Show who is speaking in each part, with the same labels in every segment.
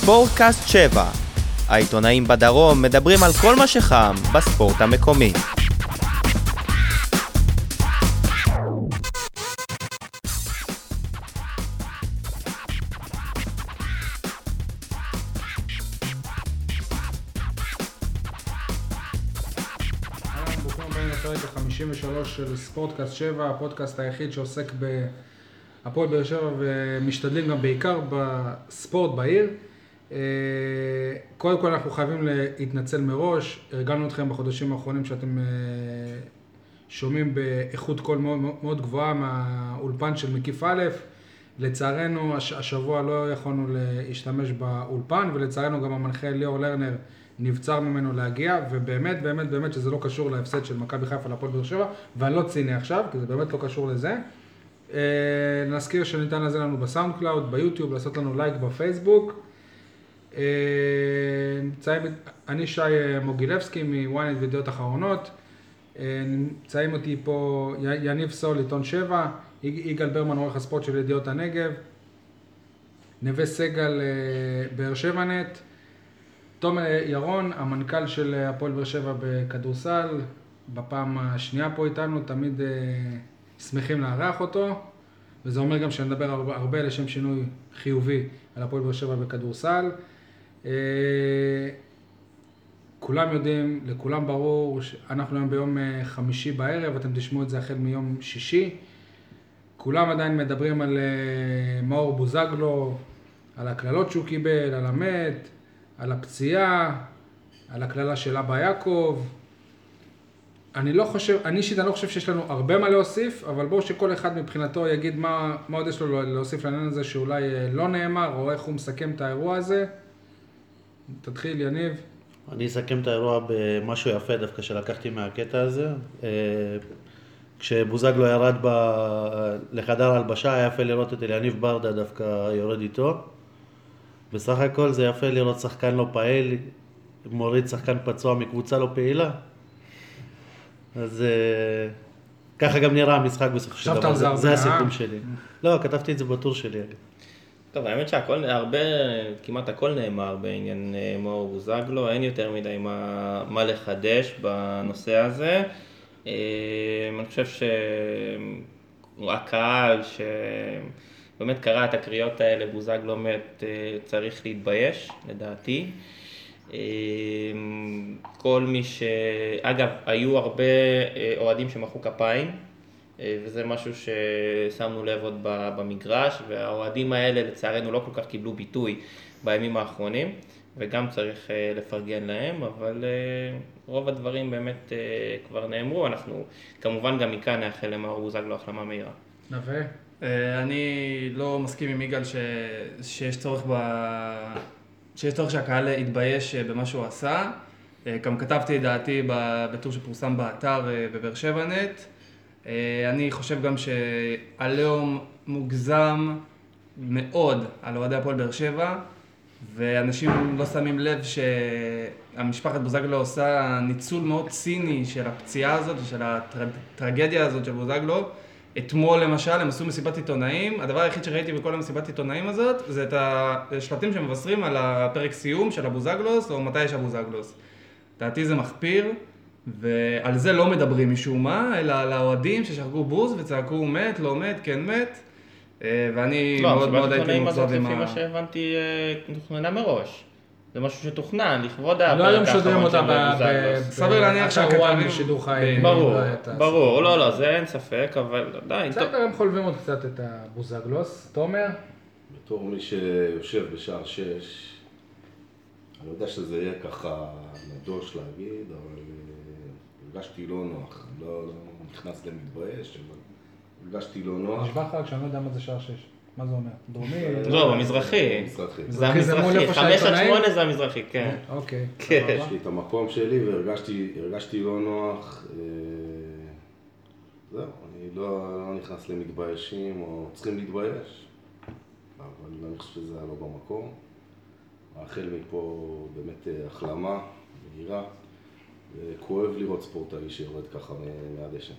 Speaker 1: ספורטקאסט 7. העיתונאים בדרום מדברים על כל מה שחם בספורט המקומי.
Speaker 2: ברוכים הבאים לפרק ה-53 של ספורטקאסט 7, הפודקאסט היחיד שעוסק בהפועל באר שבע ומשתדלים גם בעיקר בספורט בעיר. קודם כל אנחנו חייבים להתנצל מראש, הרגלנו אתכם בחודשים האחרונים שאתם שומעים באיכות קול מאוד, מאוד גבוהה מהאולפן של מקיף א'. לצערנו השבוע לא יכולנו להשתמש באולפן, ולצערנו גם המנחה ליאור לרנר נבצר ממנו להגיע, ובאמת באמת באמת שזה לא קשור להפסד של מכבי חיפה להפועל באר שבע, ואני לא ציני עכשיו, כי זה באמת לא קשור לזה. נזכיר שניתן לזה לנו בסאונד קלאוד, ביוטיוב, לעשות לנו לייק בפייסבוק. אני שי מוגילבסקי מוויינט וידיעות אחרונות. נמצאים אותי פה יניב סול, עיתון 7, יגאל ברמן, עורך הספורט של ידיעות הנגב, נווה סגל, באר שבע נט, תומר ירון, המנכ"ל של הפועל באר שבע בכדורסל, בפעם השנייה פה איתנו, תמיד שמחים לארח אותו, וזה אומר גם שנדבר הרבה לשם שינוי חיובי על הפועל באר שבע בכדורסל. כולם יודעים, לכולם ברור, אנחנו היום ביום חמישי בערב, אתם תשמעו את זה החל מיום שישי. כולם עדיין מדברים על מאור בוזגלו, על הקללות שהוא קיבל, על המת, על הפציעה, על הקללה של אבא יעקב. אני אישית לא חושב שיש לנו הרבה מה להוסיף, אבל בואו שכל אחד מבחינתו יגיד מה עוד יש לו להוסיף לעניין הזה שאולי לא נאמר, או איך הוא מסכם את האירוע הזה. תתחיל, יניב.
Speaker 3: אני אסכם את האירוע במשהו יפה דווקא שלקחתי מהקטע הזה. כשבוזגלו ירד לחדר הלבשה, היה יפה לראות את אליניב ברדה דווקא יורד איתו. בסך הכל זה יפה לראות שחקן לא פעיל, מוריד שחקן פצוע מקבוצה לא פעילה. אז ככה גם נראה המשחק בסופו של דבר, זה הסיכום שלי. לא, כתבתי את זה בטור שלי.
Speaker 4: טוב, האמת כמעט הכל נאמר בעניין מאור בוזגלו, אין יותר מדי מה לחדש בנושא הזה. אני חושב שהקהל שבאמת קרא את הקריאות האלה, בוזגלו באמת צריך להתבייש, לדעתי. כל מי אגב, היו הרבה אוהדים שמחאו כפיים, וזה משהו ששמנו לב עוד במגרש, והאוהדים האלה לצערנו לא כל כך קיבלו ביטוי בימים האחרונים, וגם צריך לפרגן להם, אבל רוב הדברים באמת כבר נאמרו. אנחנו כמובן גם מכאן נאחל למאור בוזגלו החלמה מהירה.
Speaker 2: נווה?
Speaker 5: אני לא מסכים עם יגאל שיש צורך שהקהל יתבייש במה שהוא עשה. גם כתבתי את דעתי בטור שפורסם באתר בבאר שבע נט. אני חושב גם שהלאום מוגזם מאוד על אוהדי הפועל באר שבע, ואנשים לא שמים לב שהמשפחת בוזגלו עושה ניצול מאוד ציני של הפציעה הזאת ושל הטרגדיה הזאת של בוזגלו. אתמול למשל הם עשו מסיבת עיתונאים, הדבר היחיד שראיתי בכל המסיבת עיתונאים הזאת זה את השלטים שמבשרים על הפרק סיום של הבוזגלוס או מתי יש הבוזגלוס. לדעתי זה מחפיר, ועל זה לא מדברים משום מה, אלא על האוהדים ששחקו בוז וצעקו מת, לא מת, כן מת, ואני מאוד מאוד הייתי מוצב עם
Speaker 4: לפי מה שהבנתי תוכננה מראש. זה משהו שתוכנן, לכבוד הפרק
Speaker 2: לא היום שודרים אותה
Speaker 5: סביר להניח שהכתבים
Speaker 2: בשידור חי.
Speaker 4: ברור, לא, זה אין ספק, אבל עדיין.
Speaker 2: בסדר, הם חולבים עוד קצת את הבוזגלוס. תומר?
Speaker 6: בתור מי שיושב בשער 6, אני יודע שזה יהיה ככה נדוש להגיד, אבל הרגשתי לא נוח. לא נכנס למתבייש, אבל הרגשתי לא נוח.
Speaker 2: נשבע לך רק שאני לא יודע מה זה שער 6. מה זה אומר? דרומי?
Speaker 4: לא, במזרחי. זה המזרחי, 5-8 זה המזרחי, כן.
Speaker 2: אוקיי.
Speaker 6: יש לי את המקום שלי והרגשתי לא נוח. זהו, אני לא נכנס למתביישים או צריכים להתבייש, אבל אני חושב שזה היה לא במקום. מאחל מפה באמת החלמה מהירה, וכואב לראות ספורטאי שיורד ככה מהדשא.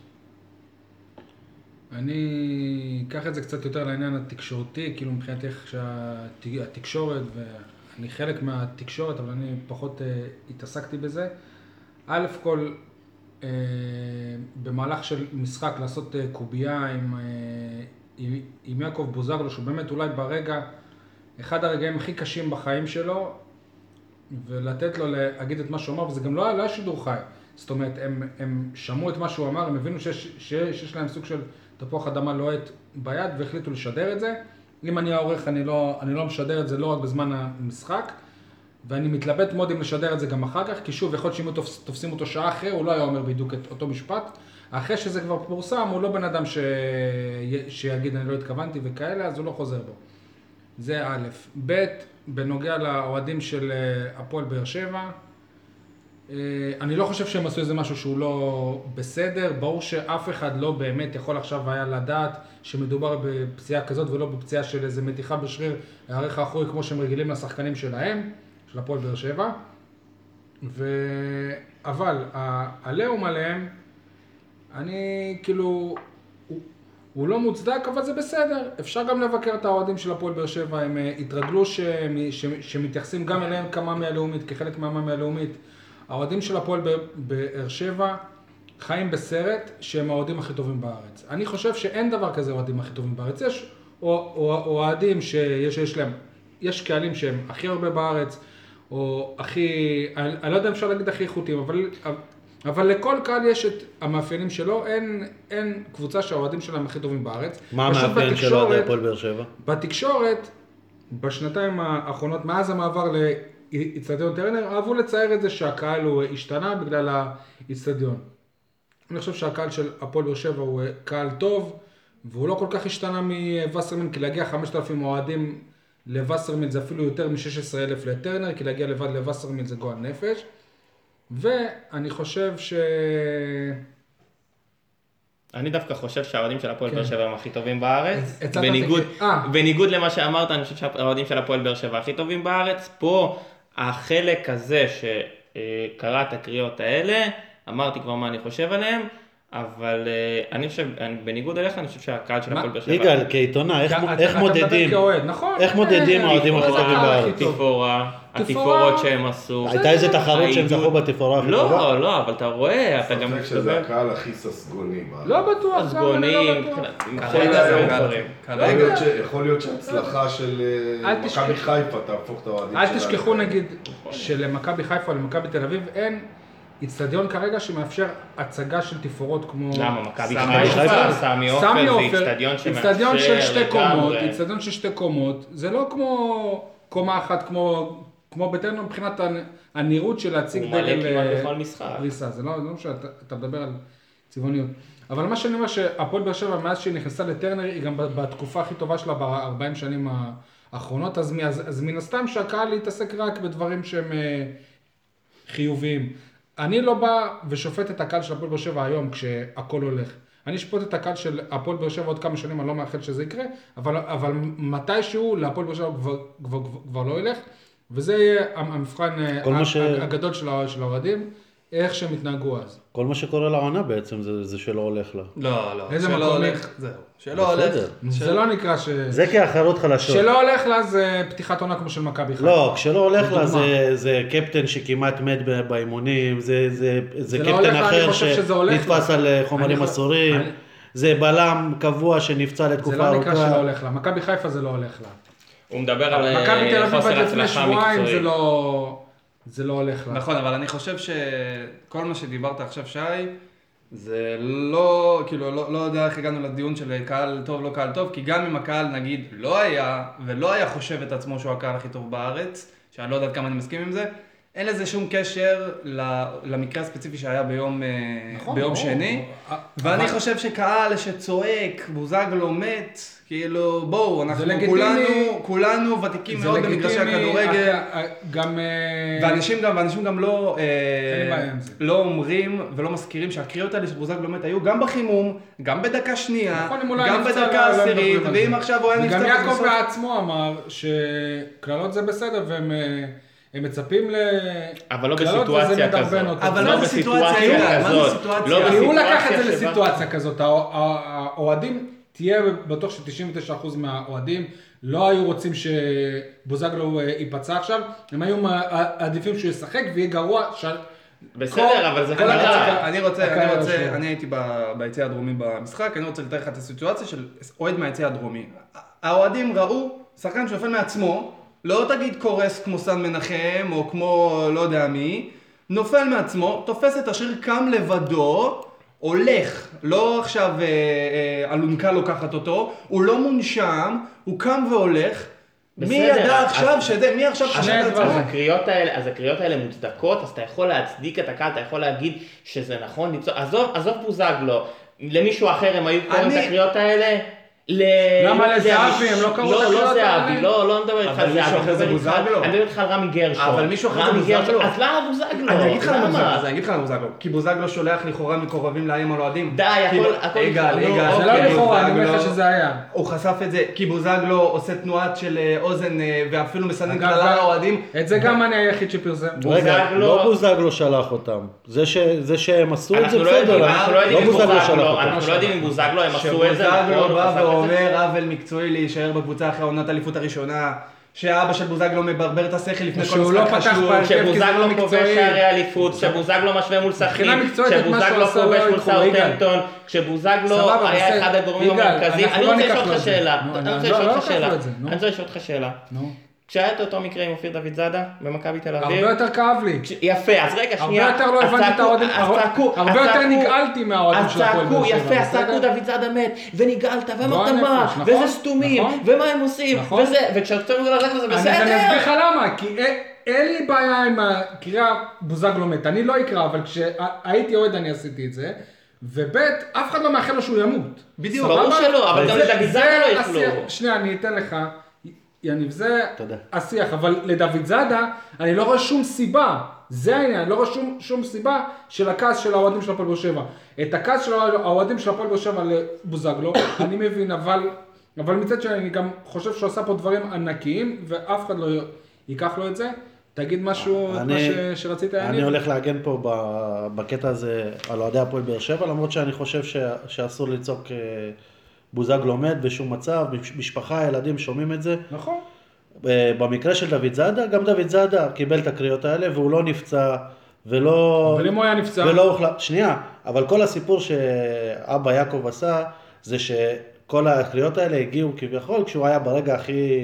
Speaker 2: אני אקח את זה קצת יותר לעניין התקשורתי, כאילו מבחינת איך שהתקשורת אני חלק מהתקשורת, אבל אני פחות התעסקתי בזה. א' כל, במהלך של משחק לעשות קובייה עם יעקב בוזגלו, שהוא באמת אולי ברגע, אחד הרגעים הכי קשים בחיים שלו, ולתת לו להגיד את מה שהוא אמר, וזה גם לא היה שידור חי. זאת אומרת, הם שמעו את מה שהוא אמר, הם הבינו שיש להם סוג של תפוח אדמה לוהט ביד, והחליטו לשדר את זה. אם אני העורך, אני לא משדר את זה לא רק בזמן המשחק, ואני מתלבט מאוד אם לשדר את זה גם אחר כך, כי שוב, יכול להיות שאם תופסים אותו שעה אחרי, הוא לא היה אומר בדיוק את אותו משפט. אחרי שזה כבר פורסם, הוא לא בן אדם שיגיד אני לא התכוונתי וכאלה, אז הוא לא חוזר בו. זה א'. ב', בנוגע לאוהדים של הפועל באר שבע, אני לא חושב שהם עשו איזה משהו שהוא לא בסדר. ברור שאף אחד לא באמת יכול עכשיו היה לדעת שמדובר בפציעה כזאת ולא בפציעה של איזה מתיחה בשריר הערך האחורי כמו שהם רגילים לשחקנים שלהם, של הפועל באר שבע. אבל העליהום עליהם, אני כאילו, הוא לא מוצדק, אבל זה בסדר. אפשר גם לבקר את האוהדים של הפועל באר שבע, הם התרגלו שמתייחסים גם אליהם כמאמיה לאומית, כחלק מהמאמיה לאומית. האוהדים של הפועל באר שבע חיים בסרט שהם האוהדים הכי טובים בארץ. אני חושב שאין דבר כזה אוהדים הכי טובים בארץ. יש אוהדים שיש להם, יש קהלים שהם הכי הרבה בארץ, או הכי, אני לא יודע אם אפשר להגיד הכי איכותיים, אבל לכל קהל יש את המאפיינים שלו, אין קבוצה שהאוהדים שלהם הכי טובים בארץ.
Speaker 3: מה המאפיין של אוהדי הפועל באר שבע?
Speaker 2: בתקשורת, בשנתיים האחרונות, מאז המעבר לאצטדיון טרנר, אהבו לצייר את זה שהקהל הוא השתנה בגלל האצטדיון. אני חושב שהקהל של הפועל באר שבע הוא קהל טוב, והוא לא כל כך השתנה מווסרמן, כי להגיע 5,000 אוהדים לווסרמן זה אפילו יותר מ-16,000 לטרנר, כי להגיע לבד לווסרמן זה גועל נפש. ואני חושב
Speaker 4: אני דווקא חושב שהאוהדים של הפועל באר שבע הם הכי טובים בארץ. בניגוד למה שאמרת, אני חושב שהאוהדים של הפועל באר שבע הכי טובים בארץ. פה החלק הזה שקרא את הקריאות האלה, אמרתי כבר מה אני חושב עליהם, אבל אני חושב, בניגוד אליך, אני חושב שהקהל של הפועל באר שבע...
Speaker 3: יגאל, כעיתונא, איך מודדים האוהדים הכי טובים בארץ?
Speaker 4: התפאורות שהם עשו.
Speaker 3: הייתה איזה תחרות שהם זכו בתפאורה הכי טובה?
Speaker 4: לא, אבל אתה רואה, אתה גם...
Speaker 6: ספק שזה הקהל הכי ססגוני בארץ.
Speaker 2: לא בטוח,
Speaker 4: ססגוני,
Speaker 6: יכול להיות שההצלחה של מכבי חיפה תהפוך את האוהדים שלה.
Speaker 2: אל תשכחו נגיד שלמכבי חיפה, למכבי תל אביב, אין אצטדיון כרגע שמאפשר הצגה של תפאורות כמו...
Speaker 4: למה? מכבי חיפה, סמי עופר, זה אצטדיון שמאפשר...
Speaker 2: אצטדיון של שתי קומות, אצטדיון של שתי קומות, זה לא כמו קומה אחת כמו בטרנר מבחינת הנראות של להציג דגל...
Speaker 4: הוא מלא כמעט בכל משחק.
Speaker 2: זה לא משהו, אתה מדבר על צבעוניות. אבל מה שאני אומר שהפועל באר שבע מאז שהיא נכנסה לטרנר, היא גם בתקופה הכי טובה שלה ב-40 שנים האחרונות, אז מן הסתם שהקהל להתעסק רק בדברים שהם חיוביים. אני לא בא ושופט את הקהל של הפועל באר שבע היום כשהכל הולך. אני אשפוט את הקהל של הפועל באר שבע עוד כמה שנים, אני לא מאחל שזה יקרה, אבל מתישהו להפועל באר שבע כבר לא ילך, וזה יהיה המבחן הגדול של האוהדים, איך שהם התנהגו אז.
Speaker 3: כל מה שקורה לעונה בעצם זה שלא הולך לה.
Speaker 5: לא,
Speaker 2: איזה
Speaker 5: שלא
Speaker 2: מקום?
Speaker 5: הולך, זהו. שלא הולך.
Speaker 2: זה לא נקרא
Speaker 3: זה כאחרות חלשות.
Speaker 2: שלא הולך לה זה פתיחת עונה כמו של מכבי חיפה.
Speaker 3: לא, כשלא הולך לה זה קפטן שכמעט מת באימונים, זה קפטן אחר שנתפס על חומרים אסורים, זה בלם קבוע שנפצע לתקופה ארוכה.
Speaker 2: זה לא נקרא שלא הולך לה, מכבי חיפה זה לא הולך לה.
Speaker 4: הוא מדבר על
Speaker 2: מכבי תל אביב
Speaker 4: חוסר
Speaker 2: עד לפני
Speaker 4: הצלחה
Speaker 2: שבועיים
Speaker 4: מקצועית.
Speaker 2: זה לא הולך לה.
Speaker 5: נכון, אבל אני חושב שכל מה שדיברת עכשיו שי, זה לא, כאילו, לא יודע איך הגענו לדיון של קהל טוב, לא קהל טוב, כי גם אם הקהל נגיד לא היה חושב את עצמו שהוא הקהל הכי טוב בארץ, שאני לא יודעת כמה אני מסכים עם זה, אין לזה שום קשר למקרה הספציפי שהיה ביום שני, ואני חושב שקהל שצועק, בוזגלו מת, כאילו בואו, אנחנו כולנו ותיקים מאוד במגרשי הכדורגל, ואנשים גם לא אומרים ולא מזכירים שהקריאות האלה של בוזגלו מת היו גם בחימום, גם בדקה שנייה, גם בדקה עשירית, ואם עכשיו הוא היה נפצע...
Speaker 2: וגם יעקב בעצמו אמר שקללות זה בסדר והם... הם מצפים
Speaker 4: אבל לא בסיטואציה כזאת.
Speaker 5: אבל לא בסיטואציה כזאת.
Speaker 2: הוא לקח את זה לסיטואציה כזאת. האוהדים, תהיה בטוח ש99% מהאוהדים לא היו רוצים שבוזגלו ייפצע עכשיו, הם היו עדיפים שהוא ישחק ויהיה גרוע.
Speaker 4: בסדר, אבל זה קרה.
Speaker 5: אני הייתי ביציע הדרומי במשחק, אני רוצה לתאר לך את הסיטואציה של אוהד מהיציע הדרומי. האוהדים ראו שחקן שנופל מעצמו, לא תגיד קורס כמו סן מנחם או כמו לא יודע מי, נופל מעצמו, תופס את השריר, קם לבדו, הולך, לא עכשיו אלונקה לוקחת אותו, הוא לא מונשם, הוא קם והולך, מי ידע עכשיו שזה, מי עכשיו חשב את עצמו?
Speaker 4: אז הקריאות האלה מוצדקות, אז אתה יכול להצדיק את הקהל, אתה יכול להגיד שזה נכון, עזוב בוזגלו, למישהו אחר הם היו קוראים את הקריאות האלה?
Speaker 2: למה לזהבי? הם לא קראו את הקריאות האלה?
Speaker 4: לא מדבר איתך על זהבי, אני מדבר איתך על רמי גרשון.
Speaker 5: אבל מישהו אחר זה בוזגלו.
Speaker 4: אז למה בוזגלו?
Speaker 5: אני אגיד לך למה בוזגלו. כי בוזגלו שולח לכאורה מקורבים לאיים על אוהדים.
Speaker 4: די, הכל...
Speaker 2: זה לא לכאורה, אני אומר לך שזה היה.
Speaker 5: הוא חשף את זה, כי בוזגלו עושה תנועת של אוזן ואפילו מסנן כללה לאוהדים.
Speaker 2: את זה גם אני היחיד שפרסם.
Speaker 3: רגע, לא בוזגלו שלח אותם. זה שהם עשו את זה בסדר.
Speaker 4: אנחנו לא יודעים אם בוזגלו הם עשו את זה.
Speaker 5: אומר עוול מקצועי להישאר בקבוצה אחרי עונת האליפות הראשונה, שאבא של בוזגלו מברבר את השכל לפני כל משחק חשוב,
Speaker 4: שבוזגלו כובש שערי אליפות, שבוזגלו משווה מול סכנין, שבוזגלו כובש מול סאות'המפטון, כשבוזגלו היה אחד הגורמים המרכזיים. אני רוצה לשאול אותך שאלה. כשהיה את אותו מקרה עם אופיר דוד זאדה במכבי תל אביב,
Speaker 2: הרבה יותר כאב לי.
Speaker 4: יפה, אז רגע, שנייה.
Speaker 2: הרבה יותר לא הבנתי את האוהדים, הרבה יותר נגעלתי מהאוהדים של הפועל באר שבע.
Speaker 4: יפה, אז צעקו דוד זאדה מת, ונגעלת, ואמרת מה, וזה סתומים, ומה הם עושים, וזה, וכשאתה מגלל לזה זה בסדר.
Speaker 2: אני אסביר לך למה, כי אין לי בעיה עם הקריאה בוזגלו מת, אני לא אקרא, אבל כשהייתי אוהד אני עשיתי את זה, ובית, אף אחד לא מאחל לו שהוא ימות.
Speaker 4: בדיוק. ברור שלא, אבל גם לדוד זאדה לא יכלו.
Speaker 2: שנייה, אני אתן לך. יניב, זה השיח, אבל לדוד זאדה, אני לא רואה שום סיבה, זה העניין, אני לא רואה שום סיבה של הכעס של האוהדים של הפועל באר שבע. את הכעס של האוהדים של הפועל באר שבע לבוזגלו, אני מבין, אבל מצד שני, אני גם חושב שהוא עשה פה דברים ענקיים, ואף אחד לא ייקח לו את זה. תגיד משהו, את מה שרצית, יניב?
Speaker 3: אני הולך להגן פה בקטע הזה על אוהדי הפועל באר שבע, למרות שאני חושב שאסור לצעוק בוזגלו מת בשום מצב, משפחה, ילדים שומעים את זה.
Speaker 2: נכון.
Speaker 3: במקרה של דוד זאדה, גם דוד זאדה קיבל את הקריאות האלה, והוא לא נפצע, ולא...
Speaker 2: אבל אם הוא היה נפצע...
Speaker 3: שנייה, אבל כל הסיפור שאבא יעקב עשה, זה שכל הקריאות האלה הגיעו כביכול, כשהוא היה ברגע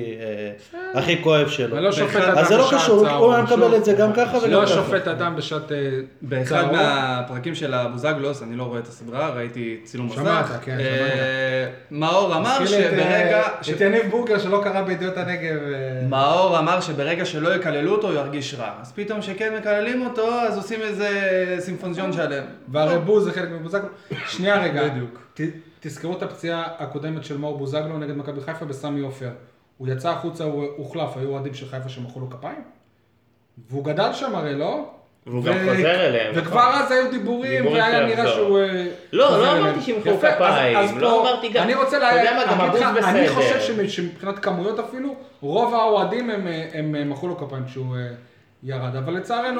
Speaker 3: הכי כואב שלו.
Speaker 2: ולא שופט אדם
Speaker 3: אז זה לא קשור, הוא היה מקבל את זה גם ככה וגם
Speaker 2: לא
Speaker 3: ככה.
Speaker 2: שופט אדם בשעת
Speaker 5: באחד מהפרקים של הבוזגלוס, אני לא רואה את הסדרה, ראיתי צילום מסך.
Speaker 2: שמעת, כן, שמעת.
Speaker 5: מאור אמר שברגע...
Speaker 2: את יניב בורגר שלא קרא בידיעות הנגב.
Speaker 5: מאור אמר שברגע שלא יקללו אותו, הוא ירגיש רע. אז פתאום שכן מקללים אותו, אז עושים איזה סימפוזיון שלם.
Speaker 2: והרבוז זה חלק מבוזגלו. שנייה רגע. בדיוק. תזכרו את הפציעה הקודמת של מאור בוזגלו נגד מכבי חיפה בסמי עופר. הוא יצא החוצה, הוא הוחלף, היו אוהדים של חיפה שמחאו לו כפיים. והוא גדל שם הרי, לא?
Speaker 4: והוא גם חוזר אליהם.
Speaker 2: וכבר אז היו דיבורים, והיה נראה שהוא...
Speaker 4: לא אמרתי שמחאו כפיים, לא אמרתי גם...
Speaker 2: אני רוצה להגיד לך, אני חושב שמבחינת כמויות אפילו, רוב האוהדים הם מחאו לו כפיים כשהוא ירד. אבל לצערנו,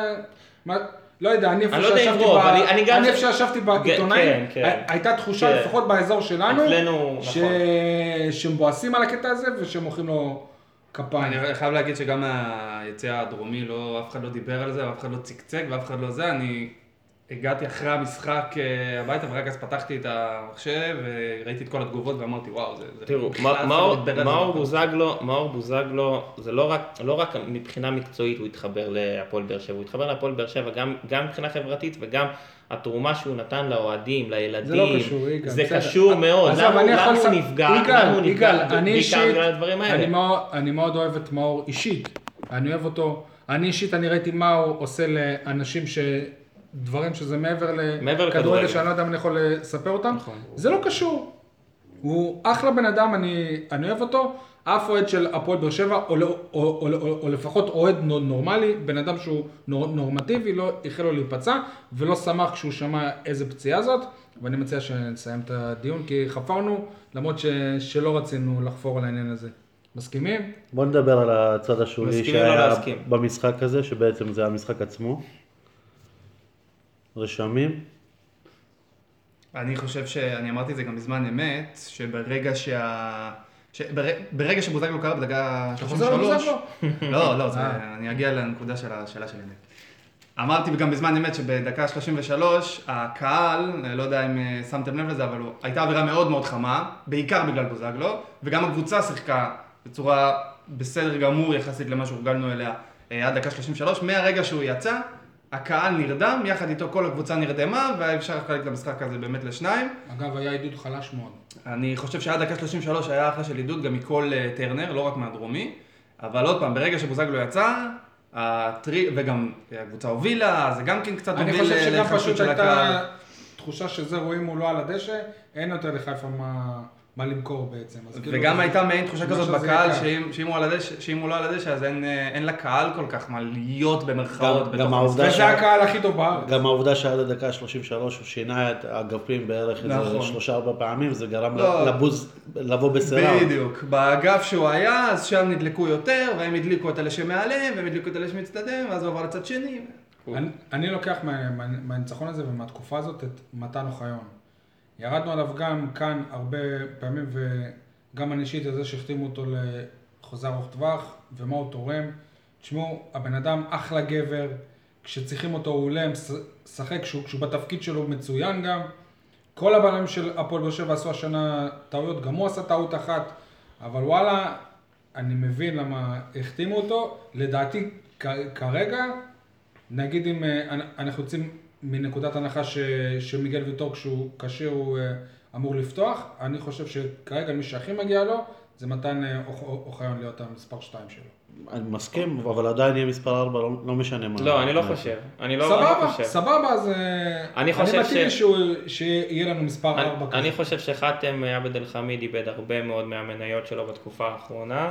Speaker 2: לא יודע, אני איפה שישבתי בעיתונאים, הייתה תחושה לפחות באזור שלנו, שהם בועסים על הקטע הזה ושהם מוחאים לו כפיים.
Speaker 5: אני חייב להגיד שגם היציאה הדרומי, אף אחד לא דיבר על זה, אף אחד לא צקצק ואף אחד לא זה. אני הגעתי אחרי המשחק הביתה ורק אז פתחתי את המחשב וראיתי את כל התגובות ואמרתי וואו, זה...
Speaker 4: תראו, מאור בוזגלו, זה לא רק מבחינה מקצועית הוא התחבר להפועל באר שבע, הוא התחבר להפועל באר שבע גם מבחינה חברתית וגם התרומה שהוא נתן לאוהדים, לילדים,
Speaker 2: זה לא קשור, יגאל.
Speaker 4: זה קשור מאוד, למה הוא נפגע,
Speaker 2: אני מאוד אוהב את מאור אישית, אני אוהב אותו, אני אישית אני ראיתי מה הוא עושה לאנשים דברים שזה מעבר לכדורגל שאני לא יודע אם אני יכול לספר אותם, זה לא קשור, הוא אחלה בן אדם, אני אוהב אותו, אף אוהד של הפועל באר שבע, או לפחות אוהד נורמלי, בן אדם שהוא נורמטיבי, לא החל לו להיפצע, ולא שמח כשהוא שמע איזה פציעה זאת, ואני מציע שנסיים את הדיון, כי חפרנו, למרות שלא רצינו לחפור על העניין הזה. מסכימים?
Speaker 3: בוא נדבר על הצד השולי שהיה במשחק הזה, שבעצם זה המשחק עצמו. רשמים?
Speaker 5: אני חושב שאני אמרתי את זה גם בזמן אמת, שברגע ברגע שבוזגלו קרה בדקה
Speaker 2: אתה חוזר
Speaker 5: 33...
Speaker 2: לבוזגלו?
Speaker 5: לא, אני אגיע לנקודה של השאלה שלי. אמרתי גם בזמן אמת שבדקה 33, הקהל, לא יודע אם שמתם לב לזה, אבל הייתה אווירה מאוד מאוד חמה, בעיקר בגלל בוזגלו, וגם הקבוצה שיחקה בצורה בסדר גמור יחסית למה שהורגלנו אליה עד דקה 33. מהרגע שהוא יצא, הקהל נרדם, יחד איתו כל הקבוצה נרדמה, ואפשר לחלק את המשחק הזה באמת לשניים.
Speaker 2: אגב, היה עידוד חלש מאוד.
Speaker 5: אני חושב שעד דקה 33 היה אחלה של עידוד גם מכל טרנר, לא רק מהדרומי, אבל עוד פעם, ברגע שבוזגלו יצא, וגם הקבוצה הובילה, זה גם כן קצת הוביל
Speaker 2: אני חושב שגם
Speaker 5: לחשות
Speaker 2: פשוט
Speaker 5: של הקהל.
Speaker 2: הייתה תחושה שזה רואים מולו על הדשא, אין יותר לחיפה מה למכור בעצם.
Speaker 5: וגם הייתה מעין תחושה כזאת בקהל,
Speaker 2: יקר.
Speaker 5: שאם הוא לא על הדשא, אז אין לקהל כל כך מה להיות במרכאות
Speaker 3: גם העובדה
Speaker 2: וזה הקהל הכי טוב בארץ.
Speaker 3: גם העובדה שעד הדקה 33 הוא שינה את האגפים בערך איזה 3-4 פעמים, זה גרם לבוז לבוא בסירה.
Speaker 5: בדיוק, באגף שהוא היה, אז שם נדלקו יותר, והם הדליקו את אלה שמעליהם, והם הדליקו את אלה שמצטדם, ואז הוא עבר לצד שני.
Speaker 2: אני לוקח מהניצחון הזה ומהתקופה הזאת את מתן אוחיון. ירדנו עליו גם כאן הרבה פעמים, וגם אני אישית את זה שהחתימו אותו לחוזה ארוך טווח, ומה הוא תורם. תשמעו, הבן אדם אחלה גבר, כשצריכים אותו הוא עולה, משחק, כשהוא בתפקיד שלו מצוין גם. כל הבעלים של הפועל באר שבע עשו השנה טעויות, גם הוא עשה טעות אחת, אבל וואלה, אני מבין למה החתימו אותו. לדעתי, כרגע, נגיד אם אנחנו יוצאים מנקודת הנחה שמיגל ויטור כשהוא כשיר הוא אמור לפתוח, אני חושב שכרגע מי שהכי מגיע לו זה מתן אוחיון להיות המספר 2 שלו. אני
Speaker 3: מסכים, אבל עדיין יהיה מספר 4, לא משנה מה.
Speaker 4: לא, אני לא חושב.
Speaker 2: סבבה, אז אני מתאים שיהיה לנו מספר 4 כזה.
Speaker 4: אני חושב שחאתם עבד אל חמיד איבד הרבה מאוד מהמניות שלו בתקופה האחרונה.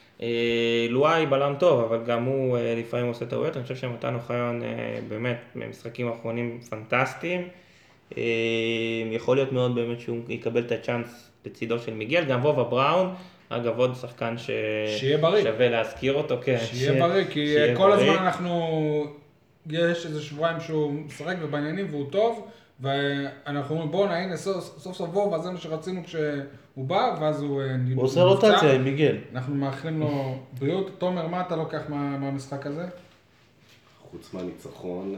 Speaker 4: לואי בלם טוב, אבל גם הוא לפעמים עושה טעויות. אני חושב שמתן אוחיון באמת במשחקים האחרונים פנטסטיים. יכול להיות מאוד באמת שהוא יקבל את הצ'אנס לצידו של מיגל. גם וובה בראון, אגב עוד שחקן ששווה להזכיר אותו.
Speaker 2: שיהיה בריא, כי כל הזמן יש איזה שבועיים שהוא משחק ובעניינים והוא טוב, ואנחנו אומרים בואו הנה סוף סוף וובה, זה מה שרצינו כשהוא בא, ואז הוא
Speaker 3: עושה רוטציה עם מיגל.
Speaker 2: אנחנו מאחלים לו בריאות. תומר, מה אתה לוקח מהמשחק הזה?
Speaker 6: חוץ מהניצחון,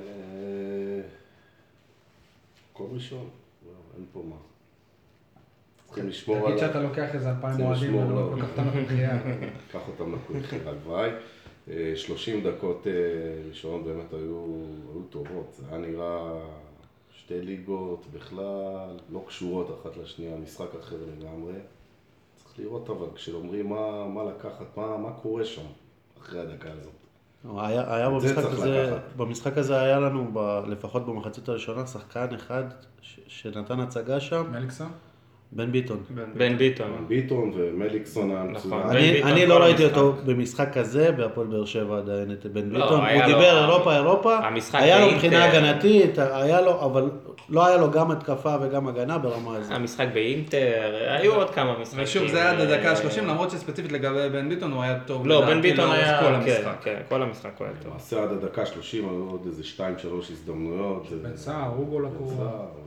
Speaker 6: כל ראשון, אין פה מה. צריכים לשמור
Speaker 2: תגיד שאתה לוקח איזה 2,000 מועדים ולא לקח אותם לקוחייה.
Speaker 6: קח אותם לקוחייה, הלוואי. 30 דקות ראשונות באמת היו טובות. זה היה נראה שתי ליגות בכלל, לא קשורות אחת לשנייה, משחק אחר לגמרי. צריך לראות אבל כשאומרים מה לקחת, מה קורה שם אחרי הדקה הזאת.
Speaker 3: היה במשחק הזה היה לנו, לפחות במחצית הראשונה, שחקן אחד שנתן הצגה שם.
Speaker 2: מליקסון?
Speaker 3: בן ביטון.
Speaker 4: בן
Speaker 6: ביטון ומליקסון היה מצוין.
Speaker 3: אני לא ראיתי אותו במשחק כזה, בהפועל באר שבע עדיין את בן ביטון. הוא דיבר אירופה, היה לו מבחינה הגנתית, אבל לא היה לו גם התקפה וגם הגנה ברמה הזאת.
Speaker 4: המשחק באינטר, היו עוד כמה משחקים.
Speaker 5: ושוב, זה היה עד הדקה 30, למרות שספציפית לגבי בן ביטון הוא היה טוב.
Speaker 4: לא, בן ביטון היה, כל המשחק הוא היה טוב.
Speaker 6: למעשה עד הדקה 30 היו עוד איזה 2-3 הזדמנויות.
Speaker 2: בן סער, אוגו לקור.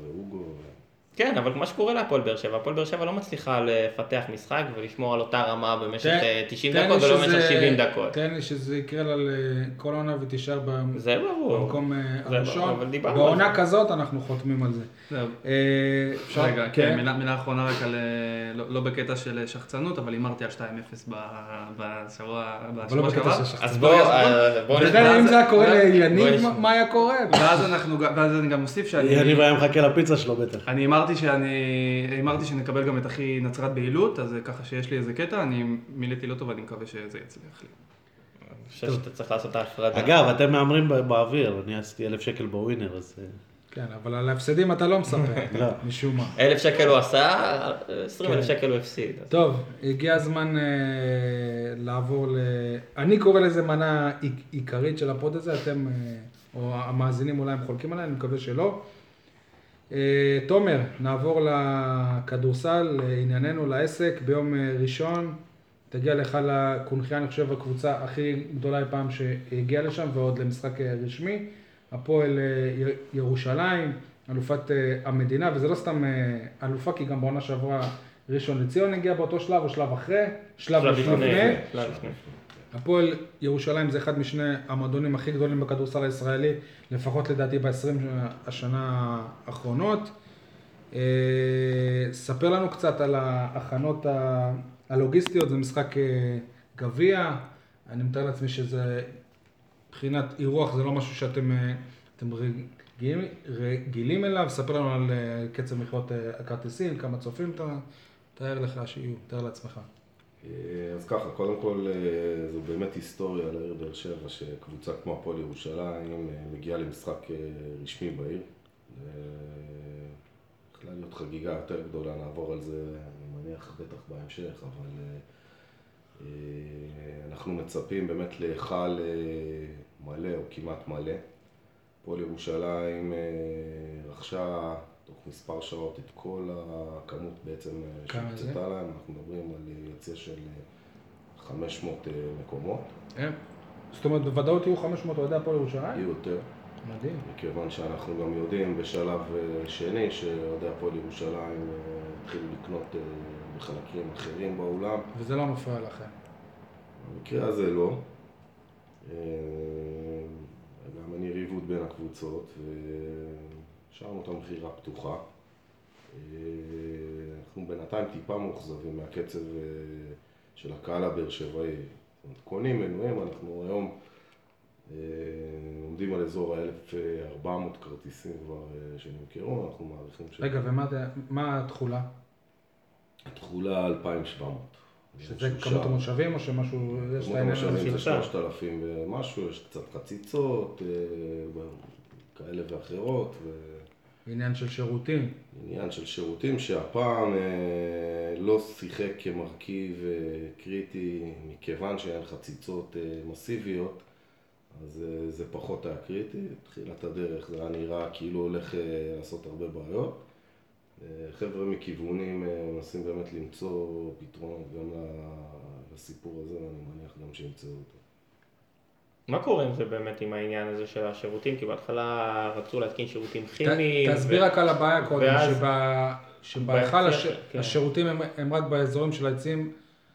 Speaker 4: כן, אבל כמו שקורה להפועל באר שבע, הפועל באר שבע לא מצליחה לפתח משחק ולשמור על אותה רמה במשך 90 דקות ולא במשך 70 דקות.
Speaker 2: תן לי שזה יקרה לה לכל העונה ותישאר במקום הראשון.
Speaker 4: אבל
Speaker 2: בעונה כזאת אנחנו חותמים על זה.
Speaker 5: רגע, כן, מילה אחרונה רק על, לא בקטע של שחצנות, אבל הימרתי על 2-0 בשבוע שעבר.
Speaker 4: אז בואו
Speaker 2: נדע אם זה היה קורה ליניב, מה היה קורה?
Speaker 5: ואז אני גם מוסיף שאני...
Speaker 3: יניב היה מחכה לפיצה שלו בטח.
Speaker 5: אני אמרתי שנקבל גם את אחי נצרת בעילות, אז ככה שיש לי איזה קטע, אני מילאתי לא טוב, אני מקווה שזה יצליח לי.
Speaker 4: אני חושב שאתה צריך לעשות את ההפרדה.
Speaker 3: אגב, אתם מהמרים באוויר, אני עשיתי 1,000 שקל בווינר, אז...
Speaker 2: כן, אבל על ההפסדים אתה לא מספר, משום מה.
Speaker 4: 1,000 שקל הוא עשה, 20,000 שקל הוא הפסיד.
Speaker 2: טוב, הגיע הזמן לעבור אני קורא לזה מנה עיקרית של הפוד הזה, אתם, או המאזינים אולי הם חולקים עליי, אני מקווה שלא. תומר, נעבור לכדורסל, לענייננו, לעסק. ביום ראשון תגיע לך לקונחייה, אני חושב, הקבוצה הכי גדולה אי פעם שהגיעה לשם, ועוד למשחק רשמי. הפועל ירושלים, אלופת המדינה, וזה לא סתם אלופה, כי גם בעונה שעברה ראשון לציון הגיע באותו שלב או שלב אחרי? שלב לפני.
Speaker 4: שלב לפני.
Speaker 2: הפועל ירושלים זה אחד משני המועדונים הכי גדולים בכדורסל הישראלי, לפחות לדעתי ב-20 השנה האחרונות. ספר לנו קצת על ההכנות הלוגיסטיות, זה משחק גביע, אני מתאר לעצמי שזה, מבחינת אירוח זה לא משהו שאתם רגילים אליו, ספר לנו על קצב מכירות הכרטיסים, כמה צופים תאר לך שיהיו, תאר לעצמך.
Speaker 6: אז ככה, קודם כל זו באמת היסטוריה לעיר באר שבע שקבוצה כמו הפועל ירושלים מגיעה למשחק רשמי בעיר. יכולה להיות חגיגה יותר גדולה, נעבור על זה, אני מניח בטח בהמשך, אבל אנחנו מצפים באמת להיכל מלא או כמעט מלא. הפועל ירושלים רכשה תוך מספר שעות את כל הכמות בעצם שהקצתה להם, אנחנו מדברים על יציאה של 500 מקומות.
Speaker 2: זאת אומרת, בוודאות יהיו 500 אוהדי הפועל ירושלים?
Speaker 6: יהיו יותר.
Speaker 2: מדהים.
Speaker 6: מכיוון שאנחנו גם יודעים בשלב שני שאוהדי הפועל ירושלים התחילו לקנות בחלקים אחרים באולם.
Speaker 2: וזה לא מפריע לכם?
Speaker 6: במקרה הזה לא. גם אין יריבות בין הקבוצות והשארנו את המכירה פתוחה. אנחנו בינתיים טיפה מאוכזבים מהקצב של הקהל הבאר שבעי. קונים מנויים, אנחנו היום עומדים על אזור ה-1,400 כרטיסים כבר שנמכרו, אנחנו מעריכים ש...
Speaker 2: רגע, ומה התחולה?
Speaker 6: התחולה 2,700.
Speaker 2: שזה כמות המושבים או שמשהו...
Speaker 6: כמות המושבים זה 3,000 ומשהו, יש קצת חציצות, כאלה ואחרות.
Speaker 2: עניין של שירותים.
Speaker 6: עניין של שירותים שהפעם לא שיחק כמרכיב קריטי מכיוון שאין חציצות מסיביות. אז זה פחות היה קריטי, תחילת הדרך זה היה נראה כאילו הולך לעשות הרבה בעיות. חבר'ה מכיוונים מנסים באמת למצוא פתרונות גם לסיפור הזה, ואני מניח גם שימצאו אותו.
Speaker 4: מה קורה עם זה באמת עם העניין הזה של השירותים? כי בהתחלה רצו להתקין שירותים כימיים.
Speaker 2: תסביר רק על הבעיה קודם, שבהיכל
Speaker 4: כן.
Speaker 2: השירותים הם רק באזורים של העצים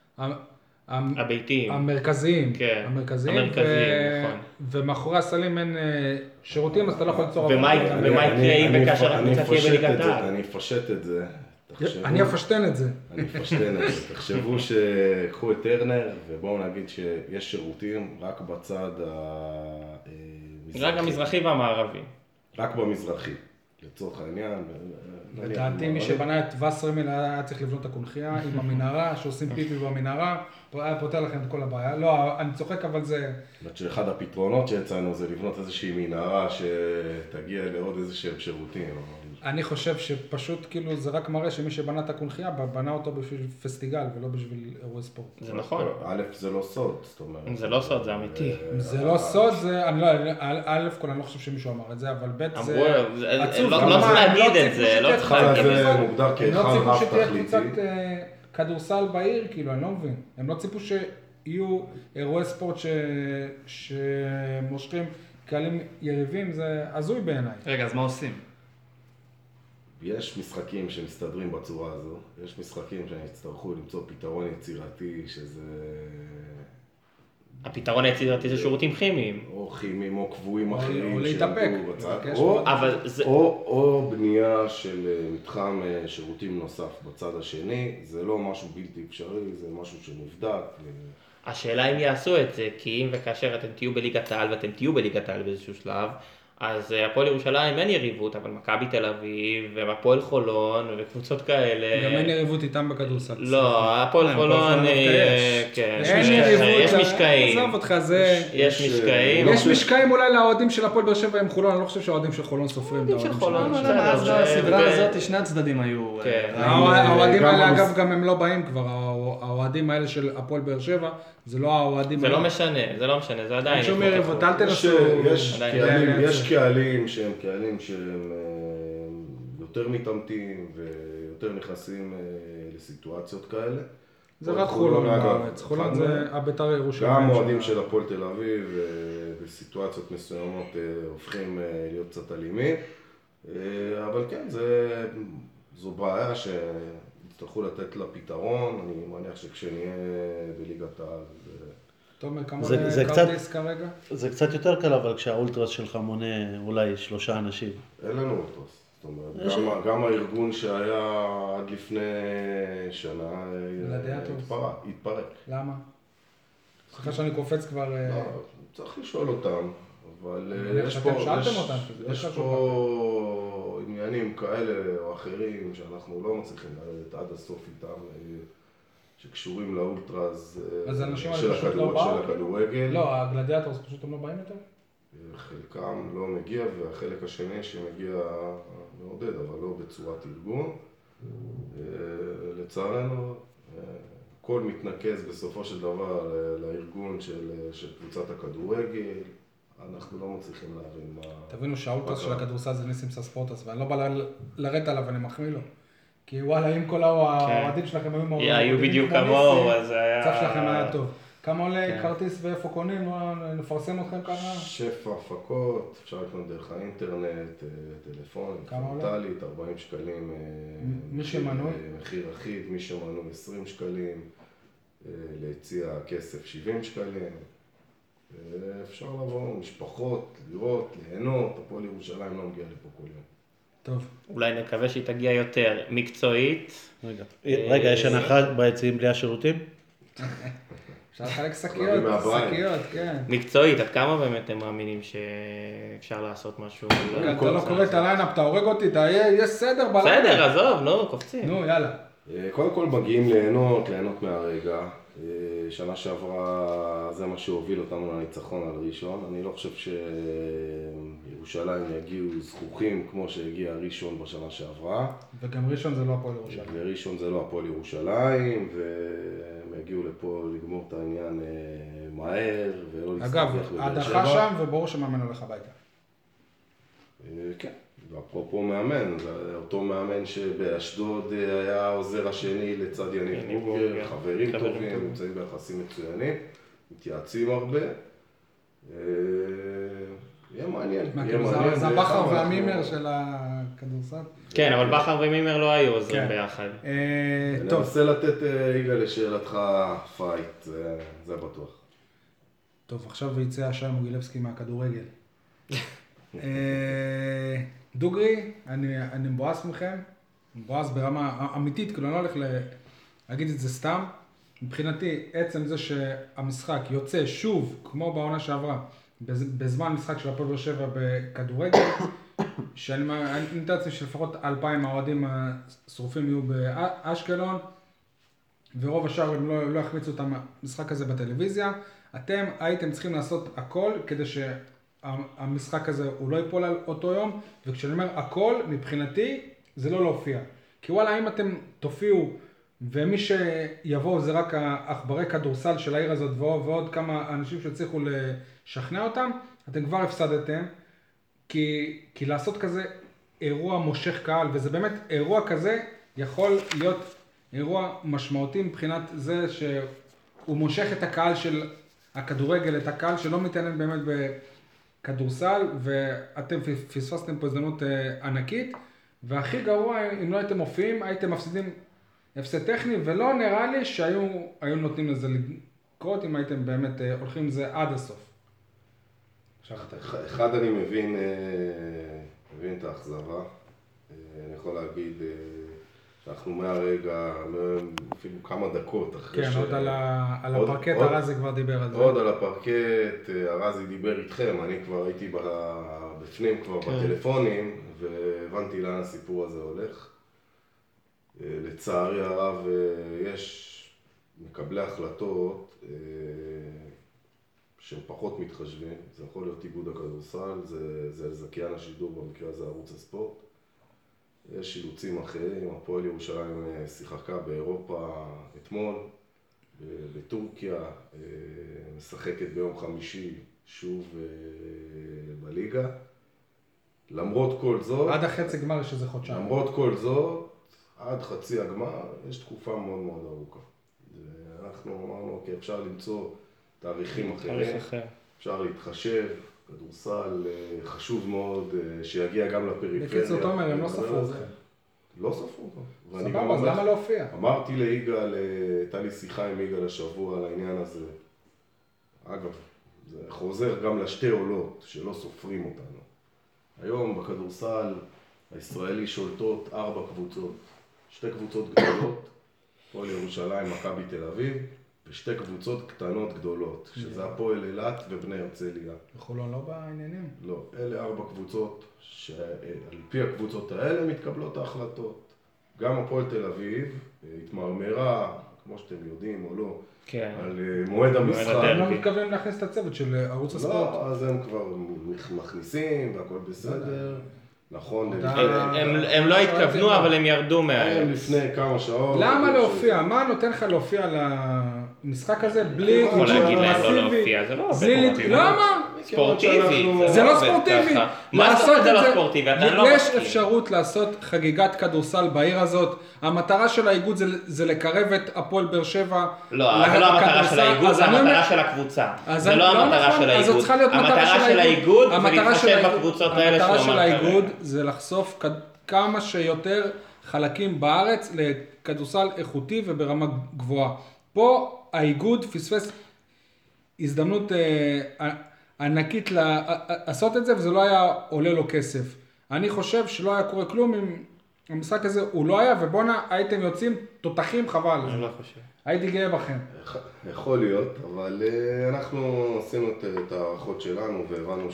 Speaker 4: הביתיים.
Speaker 2: המרכזיים.
Speaker 4: כן.
Speaker 2: המרכזיים,
Speaker 4: נכון.
Speaker 2: ומאחורי הסלים אין שירותים, אז אתה לא יכול ליצור...
Speaker 4: ומה יקרה אם וכאשר הקבוצה תהיה בליגת העל?
Speaker 6: אני אפשט את זה.
Speaker 2: אני אפשטן את זה.
Speaker 6: אני אפשטן את זה. תחשבו שקחו את טרנר, ובואו נגיד שיש שירותים רק בצד המזרחי.
Speaker 4: רק המזרחי והמערבי.
Speaker 6: רק במזרחי, לצורך העניין.
Speaker 2: לדעתי מי שבנה את וסרמיל היה צריך לבנות את הקונחייה עם המנהרה, שעושים פיפי במנהרה, היה פותר לכם את כל הבעיה. לא, אני צוחק, אבל זה...
Speaker 6: שאחד הפתרונות שהצענו זה לבנות איזושהי מנהרה שתגיע לעוד איזשהם שירותים.
Speaker 2: אני חושב שפשוט כאילו זה רק מראה שמי שבנה את הקונחייה בנה אותו בשביל פסטיגל ולא בשביל אירועי ספורט.
Speaker 4: זה נכון.
Speaker 6: א', זה לא סוד, זאת אומרת.
Speaker 4: זה לא סוד, זה אמיתי.
Speaker 2: זה לא סוד, אני לא חושב שמישהו אמר את זה, אבל ב' זה עצוב.
Speaker 4: לא צריך להגיד את זה, לא צריך להגיד את זה.
Speaker 6: זה מוגדר כאחד רב
Speaker 2: שתהיה
Speaker 6: תכליתי.
Speaker 2: קבוצת כדורסל בעיר, כאילו, אני לא מבין. הם לא ציפו שיהיו אירועי ספורט שמושכים קהלים יריבים, זה הזוי בעיניי.
Speaker 5: רגע, אז מה עושים?
Speaker 6: יש משחקים שמסתדרים בצורה הזו, יש משחקים שיצטרכו למצוא פתרון יצירתי שזה...
Speaker 4: הפתרון היצירתי זה שירותים כימיים.
Speaker 6: או כימיים או קבועים אחרים.
Speaker 2: או להתאפק.
Speaker 6: או בנייה של מתחם שירותים נוסף בצד השני, זה לא משהו בלתי אפשרי, זה משהו שנבדק.
Speaker 4: השאלה אם יעשו את זה, כי אם וכאשר אתם תהיו בליגת העל ואתם תהיו בליגת העל באיזשהו שלב, אז הפועל ירושלים אין יריבות, אבל מכבי תל אביב והפועל חולון וקבוצות כאלה...
Speaker 2: גם אין יריבות איתם בכדורסל.
Speaker 4: לא, הפועל חולון...
Speaker 2: אין יריבות,
Speaker 4: יש משקעים.
Speaker 2: עזוב אותך, זה...
Speaker 4: יש משקעים.
Speaker 2: יש משקעים אולי לאוהדים של הפועל באר שבע עם חולון, אני לא חושב שהאוהדים של חולון סופרים את
Speaker 4: האוהדים של חולון.
Speaker 5: אז בסדרה הזאת שני הצדדים היו...
Speaker 2: האוהדים האלה אגב גם הם לא באים כבר, האוהדים האלה של הפועל באר שבע, זה לא האוהדים...
Speaker 4: זה לא משנה, זה עדיין...
Speaker 2: שום יריבות, אל תנסו...
Speaker 6: יש קהלים שהם יותר מתאמתים ויותר נכנסים לסיטואציות כאלה.
Speaker 2: זה רק חולון בארץ, חולון זה הבית"ר ירושלים.
Speaker 6: גם מועדים של הפועל תל אביב בסיטואציות מסוימות הופכים להיות קצת אלימים. אבל כן, זו בעיה יצטרכו לתת לה פתרון, אני מניח שכשנהיה בליגת העל.
Speaker 2: תומר, כמה
Speaker 3: זה
Speaker 2: עולה
Speaker 3: קצת-
Speaker 2: כרטיס כרגע?
Speaker 3: זה קצת יותר קל, אבל כשהאולטרס שלך מונה אולי 3 אנשים.
Speaker 6: אין לנו אולטרס. זאת אומרת, גם הארגון שהיה עד לפני שנה התפרק.
Speaker 2: למה? סליחה שאני קופץ כבר...
Speaker 6: לא, צריך לשאול אותם, אבל
Speaker 2: מניח
Speaker 6: יש
Speaker 2: שאתם
Speaker 6: פה,
Speaker 2: שאלתם אותם, כי זה
Speaker 6: יש
Speaker 2: בדרך כלל
Speaker 6: פה עניינים כאלה או אחרים שאנחנו לא מצליחים לרדת עד הסוף איתם, שקשורים לאולטרס
Speaker 2: אז האנשים
Speaker 6: של
Speaker 2: האלה פשוט לא באו?
Speaker 6: הכדורגל.
Speaker 2: לא, הגלדיאטורס פשוט הם לא באים יותר?
Speaker 6: חלקם לא מגיע, והחלק השני שמגיע מעודד, אבל לא בצורת ארגון. לצערנו, הכל מתנקז בסופו של דבר לארגון של קבוצת הכדורגל. אנחנו לא מצליחים להבין מה...
Speaker 2: תבינו שהאולטרס של הכדורסל זה ניסים ספורטס, ואני לא בא לרדת עליו, אני מחמיא לו. כי וואלה, אם כל האוהדים שלכם היו מעורבים...
Speaker 4: היו בדיוק כמוהו, אז היה...
Speaker 2: הצב שלכם היה טוב. כמה עולה כרטיס ואיפה קונים? נפרסם אתכם ככה?
Speaker 6: שפע הפקות, אפשר לקנות דרך האינטרנט, טלפון, פרונטלית, 40 שקלים.
Speaker 2: מי שמנוי?
Speaker 6: מחיר אחיד, מי שמנוי 20 שקלים, להציע כסף 70 שקלים. אפשר לבוא, משפחות, לראות, ליהנות, הפועל ירושלים לא מגיע לפה כל יום.
Speaker 2: טוב.
Speaker 4: אולי נקווה שהיא תגיע יותר מקצועית.
Speaker 3: רגע, יש הנחה ביציעים בלי השירותים?
Speaker 2: אפשר לחלק שקיות, כן.
Speaker 4: מקצועית, עד כמה באמת הם מאמינים שאפשר לעשות משהו?
Speaker 2: אתה לא קורא את הליינאפ, אתה הורג אותי, יש סדר בלילה.
Speaker 4: בסדר, עזוב, נו, קופצים.
Speaker 2: נו, יאללה.
Speaker 6: קודם כל מגיעים ליהנות מהרגע. שנה שעברה זה מה שהוביל אותנו לניצחון על ראשון. אני לא חושב שירושלים יגיעו זכוכים כמו שהגיע ראשון בשנה שעברה.
Speaker 2: וגם ראשון זה לא הפועל ירושלים.
Speaker 6: וראשון זה לא הפועל ירושלים, והם יגיעו לפה לגמור את העניין מהר ולא להסתבך בבאר שבע.
Speaker 2: אגב, הדחה שם וברור שמאמן הולך הביתה.
Speaker 6: כן. ואפרופו מאמן, זה אותו מאמן שבאשדוד היה העוזר השני לצד יניב בורגר, חברים טובים, נמצאים ביחסים מצוינים, מתייעצים הרבה. יהיה מעניין.
Speaker 2: זה הבכר והמימר של הכדורסל.
Speaker 4: כן, אבל בכר ומימר לא היו עוזרים ביחד.
Speaker 6: טוב. ננסה לתת יגאל לשאלתך פייט, זה בטוח.
Speaker 2: טוב, עכשיו יצא שי מוגילבסקי מהכדורגל. דוגרי, אני מבואס מכם, מבואס ברמה אמיתית, כאילו אני לא הולך להגיד את זה סתם. מבחינתי, עצם זה שהמשחק יוצא שוב, כמו בעונה שעברה, בזמן משחק של הפועל באר שבע בכדורגל, שאני מתאר לעצמי שלפחות 2,000 האוהדים השרופים יהיו באשקלון, ורוב השאר הם לא יחמיצו את המשחק הזה בטלוויזיה. אתם הייתם צריכים לעשות הכל כדי שהמשחק הזה הוא לא ייפול על אותו יום, וכשאני אומר הכל, מבחינתי זה לא להופיע. כי וואלה, אם אתם תופיעו ומי שיבואו זה רק העכברי כדורסל של העיר הזאת ועוד כמה אנשים שהצליחו לשכנע אותם, אתם כבר הפסדתם, כי לעשות כזה אירוע מושך קהל, וזה באמת אירוע כזה יכול להיות אירוע משמעותי מבחינת זה שהוא מושך את הקהל של הכדורגל, את הקהל שלא מתעניין באמת בכדורסל, ואתם פספסתם פה הזדמנות ענקית, והכי גרוע, אם לא הייתם מופיעים, הייתם מפסידים הפסד טכני, ולא נראה לי שהיו נותנים לזה לקרות, אם הייתם באמת הולכים עם זה עד הסוף.
Speaker 6: אחד אני מבין את האכזבה. אני יכול להגיד שאנחנו מהרגע, אפילו כמה דקות אחרי
Speaker 2: כן, עוד על הפרקט ארזי כבר דיבר על זה.
Speaker 6: עוד על הפרקט, ארזי דיבר איתכם, אני כבר הייתי בפנים כבר בטלפונים, והבנתי לאן הסיפור הזה הולך. לצערי הרב יש מקבלי החלטות שהם פחות מתחשבים, זה יכול להיות איגוד הכדורסל, זה זכיין השידור, במקרה הזה ערוץ הספורט. יש אילוצים אחרים, הפועל ירושלים שיחקה באירופה אתמול, בטורקיה, משחקת ביום חמישי שוב בליגה. למרות כל זאת...
Speaker 2: עד החצי גמר יש איזה חודשיים.
Speaker 6: למרות כל זאת, עד חצי הגמר יש תקופה מאוד מאוד ארוכה. אנחנו אמרנו, כי אפשר למצוא תאריכים אחרים, אפשר להתחשב, כדורסל חשוב מאוד שיגיע גם לפריפריה.
Speaker 2: בקיצור, תומר, הם לא ספרו אתכם.
Speaker 6: לא ספרו אותו. ואני
Speaker 2: סבבה,
Speaker 6: גם
Speaker 2: אז
Speaker 6: אומר-
Speaker 2: למה להופיע?
Speaker 6: אמרתי ליגאל, הייתה לי שיחה עם יגאל השבוע על העניין הזה. אגב, זה חוזר גם לשתי עולות שלא סופרים אותנו. היום בכדורסל הישראלי שולטות 4 קבוצות. 2 קבוצות גדולות, הפועל ירושלים, מכבי תל אביב, ו2 קבוצות קטנות גדולות, שזה הפועל אילת ובני הרצליה.
Speaker 2: חולון לא בעניינים?
Speaker 6: לא, אלה 4 קבוצות שעל פי הקבוצות האלה מתקבלות ההחלטות. גם הפועל תל אביב התמרמרה, כמו שאתם יודעים או לא,
Speaker 4: כן.
Speaker 6: על מועד המשחק.
Speaker 2: הם לא מתכוונים להכניס את הצוות של ערוץ הספורט.
Speaker 6: לא, אז הם כבר מכניסים והכל בסדר. נכון,
Speaker 4: הם לא התכוונו, אבל הם ירדו
Speaker 6: הם
Speaker 4: מהם.
Speaker 6: לפני כמה שעות.
Speaker 2: למה להופיע? מה נותן לך להופיע למשחק הזה בלי...
Speaker 4: יכול להגיד להם לא
Speaker 2: מסיבי?
Speaker 4: להופיע, זה לא
Speaker 2: בלי...
Speaker 4: ספורטיבי.
Speaker 2: למה?
Speaker 4: ספורטיבי.
Speaker 2: זה לא
Speaker 4: עובד
Speaker 2: ספורטיבי.
Speaker 4: ככה. מה זאת אומרת זה לא ספורטיבי? אתה לא
Speaker 2: יש
Speaker 4: מסכים.
Speaker 2: אפשרות לעשות חגיגת כדורסל בעיר הזאת. המטרה של האיגוד זה לקרב את הפועל באר שבע.
Speaker 4: לא, זה לא המטרה של האיגוד, זה המטרה של הקבוצה. זה לא המטרה של
Speaker 2: אז זאת
Speaker 4: האיגוד.
Speaker 2: צריכה להיות מטרה של האיגוד.
Speaker 4: זה להתחשב בקבוצות האלה
Speaker 2: המטרה
Speaker 4: שהוא
Speaker 2: של
Speaker 4: אמר
Speaker 2: האיגוד
Speaker 4: כרגע.
Speaker 2: זה לחשוף כמה שיותר חלקים בארץ לכדורסל איכותי וברמה גבוהה. פה האיגוד פספס הזדמנות ענקית לעשות את זה, וזה לא היה עולה לו כסף. אני חושב שלא היה קורה כלום אם המשחק הזה הוא לא היה, ובונה הייתם יוצאים תותחים חבל.
Speaker 4: אני לא חושב.
Speaker 2: הייתי גאה בכם.
Speaker 6: יכול להיות, אבל אנחנו עשינו את הערכות שלנו והבנו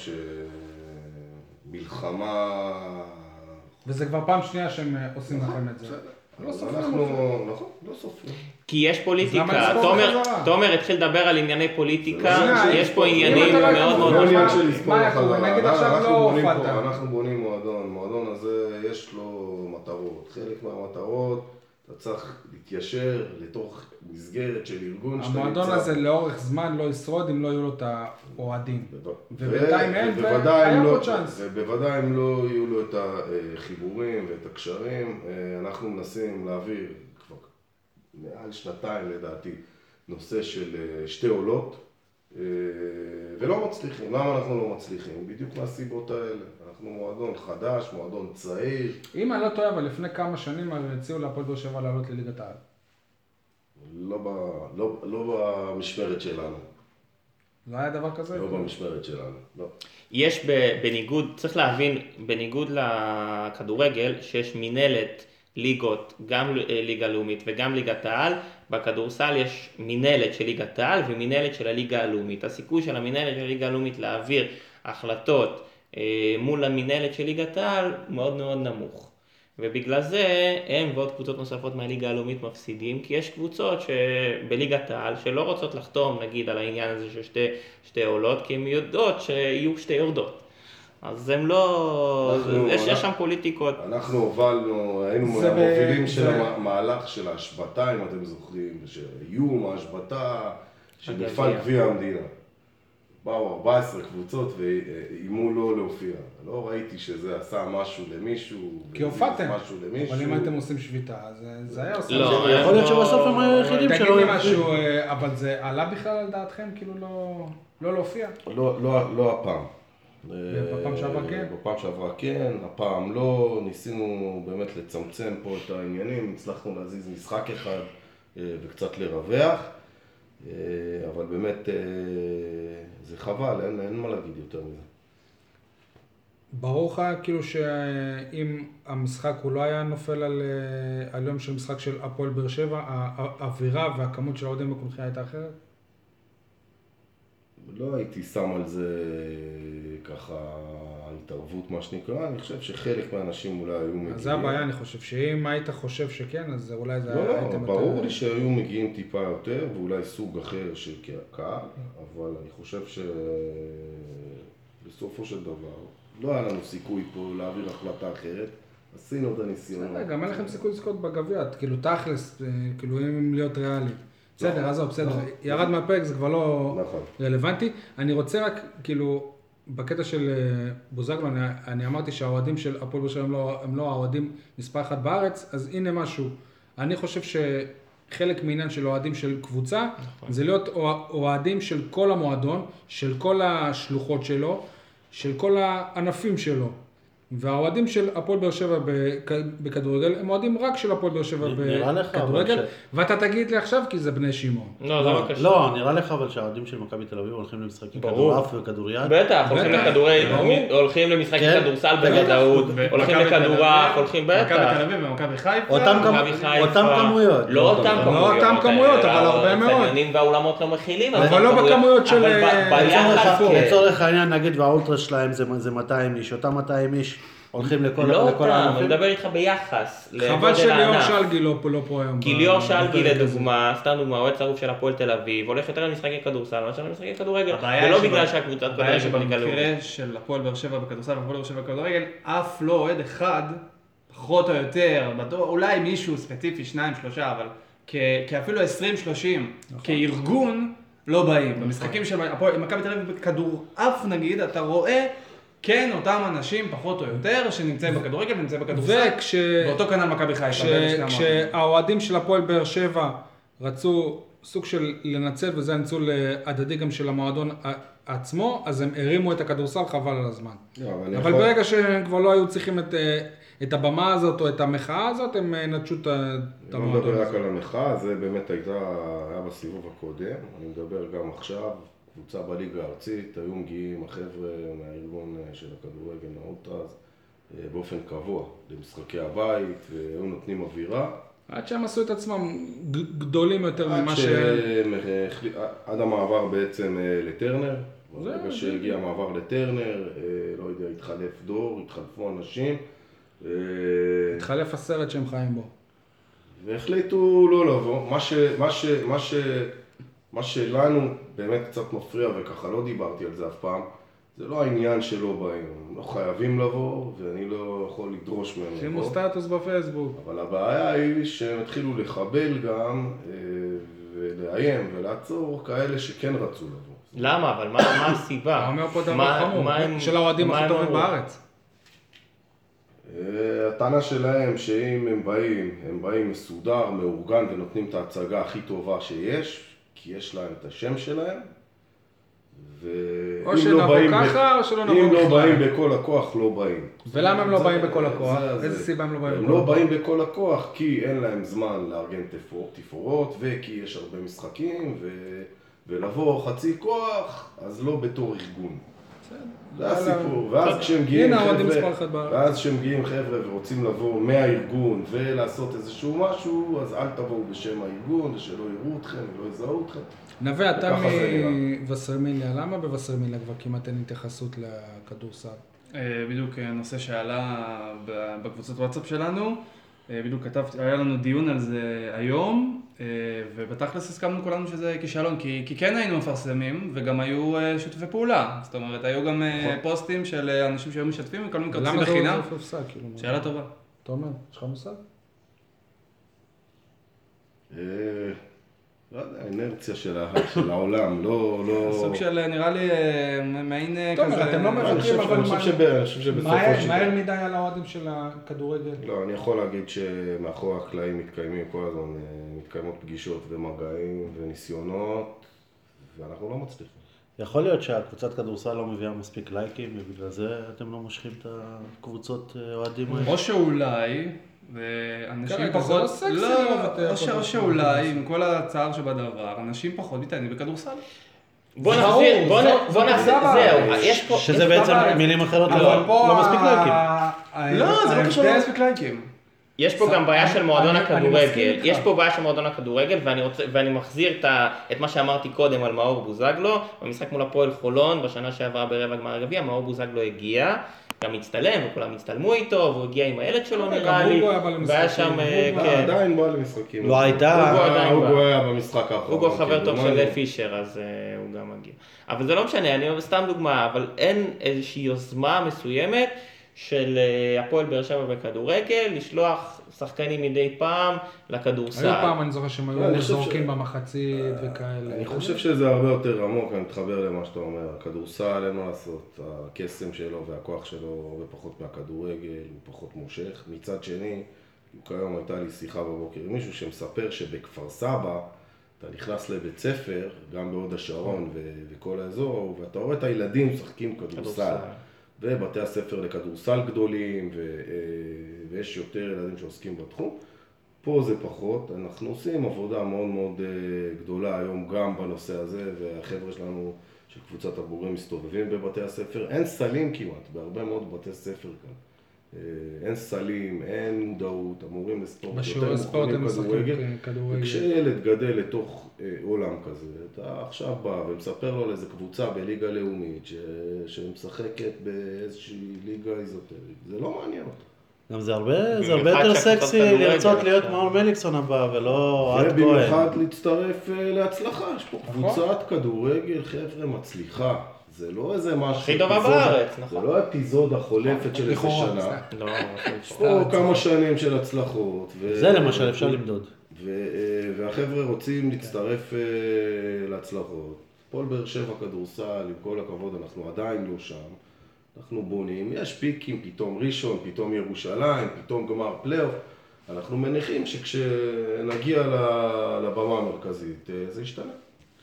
Speaker 6: שמלחמה...
Speaker 2: וזה כבר פעם שנייה שהם עושים לכם את זה. לא סופרים אתכם.
Speaker 6: נכון, לא סופרים.
Speaker 4: כי יש
Speaker 2: אז
Speaker 4: פוליטיקה.
Speaker 2: למה לספור בחזרה?
Speaker 4: תומר התחיל לדבר על ענייני פוליטיקה,
Speaker 2: שנייה,
Speaker 4: יש פה
Speaker 2: אם
Speaker 4: עניינים
Speaker 2: אתה לא היית
Speaker 4: מאוד מאוד...
Speaker 6: לא עניין
Speaker 2: מה-
Speaker 6: של לספור
Speaker 2: מה היה קורה?
Speaker 6: בחזרה.
Speaker 2: נגיד עכשיו
Speaker 6: אנחנו
Speaker 2: לא
Speaker 6: בונים פה-
Speaker 2: הופעת.
Speaker 6: אנחנו בונים מועדון, מועדון הזה יש לו מטרות. חלק מהמטרות, אתה צריך להתיישר לתוך מסגרת של ארגון שאתה
Speaker 2: המועדון
Speaker 6: נמצא.
Speaker 2: הזה לאורך זמן לא ישרוד אם לא יהיו לו את האוהדים.
Speaker 6: ו-
Speaker 2: ובינתיים אין,
Speaker 6: ובוודאי
Speaker 2: והיה
Speaker 6: הם
Speaker 2: פה
Speaker 6: לא-
Speaker 2: צ'אנס.
Speaker 6: ובוודאי אם לא יהיו לו את החיבורים ואת הקשרים. אנחנו מנסים להעביר כבר מעל 2 לדעתי נושא של 2 עולות ולא מצליחים. למה אנחנו לא מצליחים? בדיוק מהסיבות האלה. אנחנו מועדון חדש, מועדון צעיר.
Speaker 2: אם אני לא טועה, אבל לפני כמה שנים הציעו להפועל באר שבע לעלות לליגת העל.
Speaker 6: לא במשמרת שלנו.
Speaker 2: לא היה דבר כזה?
Speaker 6: לא במשמרת שלנו. לא.
Speaker 4: יש בניגוד, צריך להבין, בניגוד לכדורגל, שיש מנהלת ליגות, גם ליגה לאומית וגם ליגת העל, בכדורסל יש מנהלת של ליגת העל ומנהלת של הליגה הלאומית. הסיכוי של המנהלת של הליגה הלאומית להעביר החלטות מול המנהלת של ליגת העל מאוד מאוד נמוך. ובגלל זה הם ועוד קבוצות נוספות מהליגה הלאומית מפסידים, כי יש קבוצות בליגת העל שלא רוצות לחתום נגיד על העניין הזה של שתי עולות, כי הן יודעות שיהיו 2 יורדות. אז הם לא... יש שם פוליטיקות.
Speaker 6: אנחנו הובלנו, היינו
Speaker 2: זה
Speaker 6: מהמובילים של
Speaker 2: זה-
Speaker 6: המהלך של ההשבתה, אם אתם זוכרים, שאיום ההשבתה של
Speaker 4: הגביע.
Speaker 6: מפעל גביע המדינה. באו 14 קבוצות ואיימו לא להופיע. לא ראיתי שזה עשה משהו למישהו,
Speaker 2: כי הופעתם.
Speaker 6: משהו למישהו.
Speaker 2: אבל אם הייתם עושים שביתה, אז זה היה עושה...
Speaker 4: לא,
Speaker 3: יכול להיות שבסוף הם היחידים
Speaker 2: תגיד
Speaker 3: שלא...
Speaker 2: לי משהו, אבל זה עלה בכלל על דעתכם, כאילו לא להופיע?
Speaker 6: לא הפעם.
Speaker 2: בפעם שעברה כן?
Speaker 6: בפעם שעברה כן, הפעם לא. ניסינו באמת לצמצם פה את העניינים, הצלחנו להזיז משחק אחד וקצת לרווח, אבל באמת זה חבל, אין מה להגיד יותר מזה.
Speaker 2: ברור לך כאילו שאם המשחק הוא לא היה נופל על יום של משחק של הפועל באר שבע, האווירה והכמות של האוהדים בקונחייה הייתה אחרת?
Speaker 6: לא הייתי שם על זה ככה התערבות מה שנקרא, אני חושב שחלק מהאנשים אולי היו מגיעים.
Speaker 2: אז זה הבעיה, אני חושב שאם היית חושב שכן, אז אולי זה
Speaker 6: לא,
Speaker 2: הייתם
Speaker 6: ברור לי שהיו מגיעים טיפה יותר ואולי סוג אחר של קהל, אבל אני חושב שבסופו של דבר לא היה לנו סיכוי פה להעביר החלטה אחרת, עשינו את הניסיונות.
Speaker 2: גם אין לכם סיכוי לזכות בגביע, כאילו תכלס, כאילו אם להיות ריאלי. בסדר, עזוב, בסדר, ירד מהפרק, זה כבר לא
Speaker 6: נכון.
Speaker 2: רלוונטי. אני רוצה רק, כאילו, בקטע של בוזגלו, אני אמרתי שהאוהדים של הפועל באר שבע הם לא האוהדים מספר 1 בארץ, אז הנה משהו. אני חושב שחלק מעניין של אוהדים של קבוצה, זה להיות אוהדים של כל המועדון, של כל השלוחות שלו, של כל הענפים שלו. והאוהדים של הפועל באר שבע בכדורגל, הם אוהדים רק של הפועל באר שבע
Speaker 3: נראה לך,
Speaker 2: בכדורגל,
Speaker 3: אבל
Speaker 2: ואתה תגיד לי עכשיו כי זה בני שמעון.
Speaker 4: לא, זה לא קשור.
Speaker 3: לא, נראה לך אבל שהאוהדים של מכבי תל אביב הולכים למשחקים כדורעף וכדוריד.
Speaker 4: בטח, הולכים למשחקי כדורסל בוודאות, הולכים לכדורעף, הולכים בטח.
Speaker 5: מכבי תל אביב ומכבי חיפה.
Speaker 3: אותם כמויות.
Speaker 4: לא אותם
Speaker 2: כמויות, אבל הרבה מאוד.
Speaker 4: הצניונים והאולמות לא מכילים.
Speaker 2: אבל לא בכמויות של...
Speaker 3: לצורך העניין נגיד והאולטרה שלהם זה 200 איש, אותם 200 איש הולכים לכל
Speaker 4: לא אותם, אני
Speaker 3: הענפים.
Speaker 4: מדבר איתך ביחס.
Speaker 2: חבל שליאור שלגי לא פה היום.
Speaker 4: כי ליאור שלגי לדוגמה, סתם דוגמה, אוהד שרוף של הפועל תל אביב, הולך יותר למשחקי כדורסל מאשר למשחקי כדורגל, ולא בגלל שהקבוצת
Speaker 5: הבעיה
Speaker 4: כדורגל בליגה לאומית.
Speaker 5: שבמקרה של הפועל באר שבע בכדורסל והפועל באר שבע בכדורגל, אף לא אוהד אחד, פחות או יותר, אולי מישהו ספציפי, 2-3, אבל כאפילו 20-30, כארגון, לא באים. במשחקים של מכבי תל אביב בכדורעף נגיד, אתה רואה כן אותם אנשים פחות או יותר שנמצאים בכדורגל ונמצאים בכדורסל. ואותו כנ"ל מכבי חיפה.
Speaker 2: כשהאוהדים של הפועל באר שבע רצו סוג של לנצל, וזה ניצול הדדי גם של המועדון עצמו, אז הם הרימו את הכדורסל חבל על הזמן. אבל ברגע שהם כבר לא היו צריכים את הבמה הזאת או את המחאה הזאת, הם נטשו את המועדון.
Speaker 6: אני מדבר רק על המחאה, זה באמת היה בסיבוב הקודם, אני מדבר גם עכשיו, קבוצה בליגה הארצית, היו מגיעים החבר'ה מהארגון של הכדורגל, האולטרס, באופן קבוע למשחקי הבית, והיו נותנים אווירה.
Speaker 2: עד שהם עשו את עצמם גדולים יותר ממה
Speaker 6: עד המעבר בעצם לטרנר, ברגע שהגיע המעבר לטרנר, לא יודע, התחלף דור, התחלפו אנשים.
Speaker 2: התחלף הסרט שהם חיים בו.
Speaker 6: והחליטו לא לבוא. מה שלנו באמת קצת מפריע, וככה לא דיברתי על זה אף פעם, זה לא העניין שלא באים. הם לא חייבים לבוא, ואני לא יכול לדרוש מהם לבוא.
Speaker 2: שימו סטטוס בפייסבוק.
Speaker 6: אבל הבעיה היא שהם התחילו לחבל גם, ולאיים ולעצור כאלה שכן רצו לבוא.
Speaker 4: למה? אבל מה הסיבה?
Speaker 2: אתה אומר פה דבר חמור, של האוהדים הכי טובים בארץ.
Speaker 6: הטענה שלהם שאם הם באים מסודר, מאורגן ונותנים את ההצגה הכי טובה שיש, כי יש להם את השם שלהם.
Speaker 2: או שנבוא ככה או שלא נבוא בכלל.
Speaker 6: אם לא באים בכל הכוח, לא באים.
Speaker 2: ולמה הם לא באים בכל הכוח? איזה סיבה הם לא באים בכל הכוח?
Speaker 6: הם לא באים בכל הכוח כי אין להם זמן לארגן תפאורות, וכי יש הרבה משחקים, ולבוא חצי כוח, אז לא בתור ארגון. זה הסיפור, ואז כשהם מגיעים חבר'ה ורוצים לבוא מהארגון ולעשות איזשהו משהו, אז אל תבואו בשם הארגון, ושלא יראו אתכם ולא יזהו אתכם.
Speaker 2: נווה, אתה מווסרמיליה, למה בווסרמיליה כבר כמעט אין התייחסות לכדורסל?
Speaker 5: בדיוק נושא שעלה בקבוצת וואטסאפ שלנו, בדיוק היה לנו דיון על זה היום, ובתכלס הסכמנו כולנו שזה כישלון, כי כן היינו מפרסמים, וגם היו שיתופי פעולה. זאת אומרת, היו גם פוסטים של אנשים שהיו משתפים, וכל מיני כרטיסים בחינם.
Speaker 2: למה זה הופסק?
Speaker 5: שאלה טובה.
Speaker 2: תומר, יש לך מושג?
Speaker 6: לא יודע, האינרציה של העולם, לא...
Speaker 5: סוג של, נראה לי, מעין כזה...
Speaker 2: תומר, אתם לא מבקרים, אבל
Speaker 6: אני חושב שבסופו
Speaker 2: מהר מדי על האוהדים של הכדורגל.
Speaker 6: לא, אני יכול להגיד שמאחורי הקלעים מתקיימים כל הזמן, מתקיימות פגישות ומגעים וניסיונות, ואנחנו לא מצליחים.
Speaker 3: יכול להיות שהקבוצת כדורסל לא מביאה מספיק לייקים, ובגלל זה אתם לא מושכים את הקבוצות אוהדים האלה?
Speaker 5: או שאולי... ואנשים פחות, או שאולי, עם כל הצער שבדבר, אנשים פחות מתעניינים בכדורסל.
Speaker 4: בוא נחזיר, זהו, יש פה...
Speaker 3: שזה בעצם מילים אחרות, לא מספיק לייקים.
Speaker 5: לא, זה לא קשור למספיק לייקים.
Speaker 4: יש פה גם בעיה של מועדון הכדורגל, יש פה בעיה של מועדון הכדורגל, ואני מחזיר את מה שאמרתי קודם על מאור בוזגלו, במשחק מול הפועל חולון, בשנה שעברה ברבע גמר הגביע, מאור בוזגלו הגיע, גם הצטלם, וכולם הצטלמו איתו, והוא הגיע עם הילד שלו נראה לי, והיה שם, כן.
Speaker 6: עדיין בא למשחקים.
Speaker 3: לא הייתה,
Speaker 6: אוגו היה במשחק האחרון.
Speaker 4: אוגו חבר טוב של פישר, אז הוא גם מגיע. אבל זה לא משנה, אני אומר סתם דוגמה, אבל אין איזושהי יוזמה מסוימת של הפועל באר שבע בכדורגל, לשלוח שחקנים מדי פעם לכדורסל.
Speaker 2: היו פעם, אני זוכר שהם היו זורקים במחצית וכאלה.
Speaker 6: אני חושב שזה הרבה יותר עמוק, אני מתחבר למה שאתה אומר. הכדורסל אין מה לעשות, הקסם שלו והכוח שלו הרבה פחות מהכדורגל, הוא פחות מושך. מצד שני, כיום הייתה לי שיחה בבוקר עם מישהו שמספר שבכפר סבא, אתה נכנס לבית ספר, גם בהוד השרון וכל האזור, ואתה רואה את הילדים משחקים כדורסל. ובתי הספר לכדורסל גדולים, ויש יותר ילדים שעוסקים בתחום. פה זה פחות, אנחנו עושים עבודה מאוד מאוד גדולה היום גם בנושא הזה, והחבר'ה שלנו של קבוצת הבוגרים מסתובבים בבתי הספר. אין סלים כמעט, בהרבה מאוד בתי ספר כאן. אין סלים, אין מודעות, המורים לספורט
Speaker 2: בשיעורי ספורט הם משחקים כדורגל.
Speaker 6: וכשילד גדל לתוך עולם כזה, אתה עכשיו בא ומספר לו על איזה קבוצה בליגה לאומית שמשחקת באיזושהי ליגה איזוטרית, זה לא מעניין אותו.
Speaker 3: גם זה הרבה יותר סקסי לרצות להיות מאור מליקסון הבא ולא עד כהן.
Speaker 6: ובמיוחד להצטרף להצלחה, יש פה קבוצת כדורגל חבר'ה מצליחה. זה לא איזה משהו,
Speaker 4: הכי טובה בארץ, נכון.
Speaker 6: זה לא אפיזודה חולפת של איזה שנה. יש פה כמה שנים של הצלחות.
Speaker 3: זה למשל אפשר למדוד.
Speaker 6: והחבר'ה רוצים להצטרף להצלחות. פועל באר שבע כדורסל, עם כל הכבוד, אנחנו עדיין לא שם. אנחנו בונים, יש פיקים, פתאום ראשון, פתאום ירושלים, פתאום גמר פלייאוף. אנחנו מניחים שכשנגיע לבמה המרכזית זה ישתנה.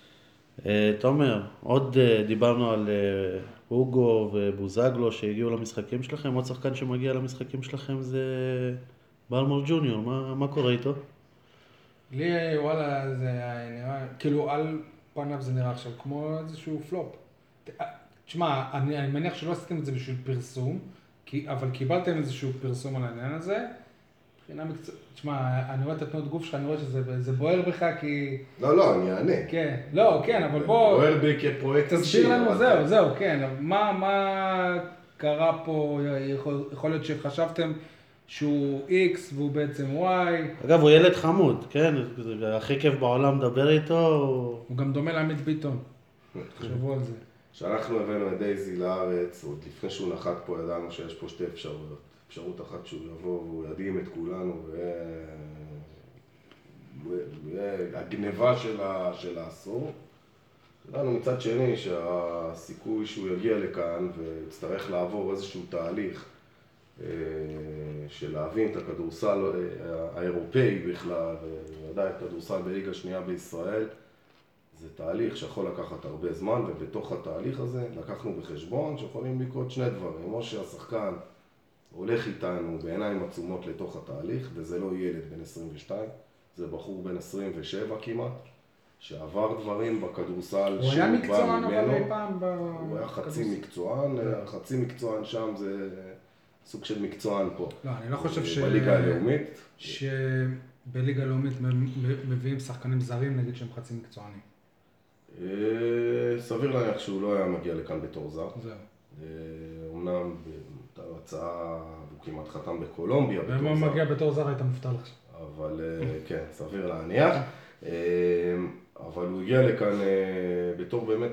Speaker 3: תומר, עוד דיברנו על אוגו ובוזגלו שהגיעו למשחקים שלכם, עוד שחקן שמגיע למשחקים שלכם זה בלמור ג'וניור, מה קורה איתו?
Speaker 2: לי וואלה זה נראה, כאילו על פניו זה נראה עכשיו כמו איזשהו פלופ. תשמע, אני מניח שלא עשיתם את זה בשביל פרסום, אבל קיבלתם איזשהו פרסום על העניין הזה. מבחינה מקצועית, תשמע, אני רואה את התנועות גוף שלך, אני רואה שזה בוער בך כי...
Speaker 6: לא, אני אענה.
Speaker 2: כן, לא, כן, אבל בוא...
Speaker 6: בוער בי כפרויקט אישי.
Speaker 2: תסביר לנו, זהו, כן. מה קרה פה? יכול להיות שחשבתם שהוא X והוא בעצם Y.
Speaker 3: אגב, הוא ילד חמוד, כן? זה הכי כיף בעולם לדבר איתו.
Speaker 2: הוא גם דומה לעמית ביטון. תחשבו על זה.
Speaker 6: כשאנחנו הבאנו את דייזי לארץ, עוד לפני שהוא נחת פה ידענו שיש פה שתי אפשרויות. אפשרות אחת שהוא יבוא והוא ידעים את כולנו והגניבה של העשור. ידענו מצד שני שהסיכוי שהוא יגיע לכאן ויצטרך לעבור איזשהו תהליך של להבין את הכדורסל האירופאי בכלל וודאי את הכדורסל בליגה שנייה בישראל. זה תהליך שיכול לקחת הרבה זמן, ובתוך התהליך הזה לקחנו בחשבון שיכולים לקרות שני דברים. או שהשחקן הולך איתנו בעיניים עצומות לתוך התהליך, וזה לא ילד בן 22, זה בחור בן 27 כמעט, שעבר דברים בכדורסל
Speaker 2: הוא היה מקצוען אבל אי פעם
Speaker 6: הוא היה חצי מקצוען שם, זה סוג של מקצוען פה.
Speaker 2: לא, אני לא חושב
Speaker 6: בליגה הלאומית.
Speaker 2: שבליגה הלאומית מביאים שחקנים זרים, נגיד שהם חצי מקצוענים.
Speaker 6: סביר להניח שהוא לא היה מגיע לכאן בתור זר.
Speaker 2: זהו.
Speaker 6: אמנם הייתה הצעה, הוא כמעט חתם בקולומביה בתור זר.
Speaker 2: ואם הוא מגיע בתור זר היית מופתע לך.
Speaker 6: אבל כן, סביר להניח. אבל הוא הגיע לכאן בתור באמת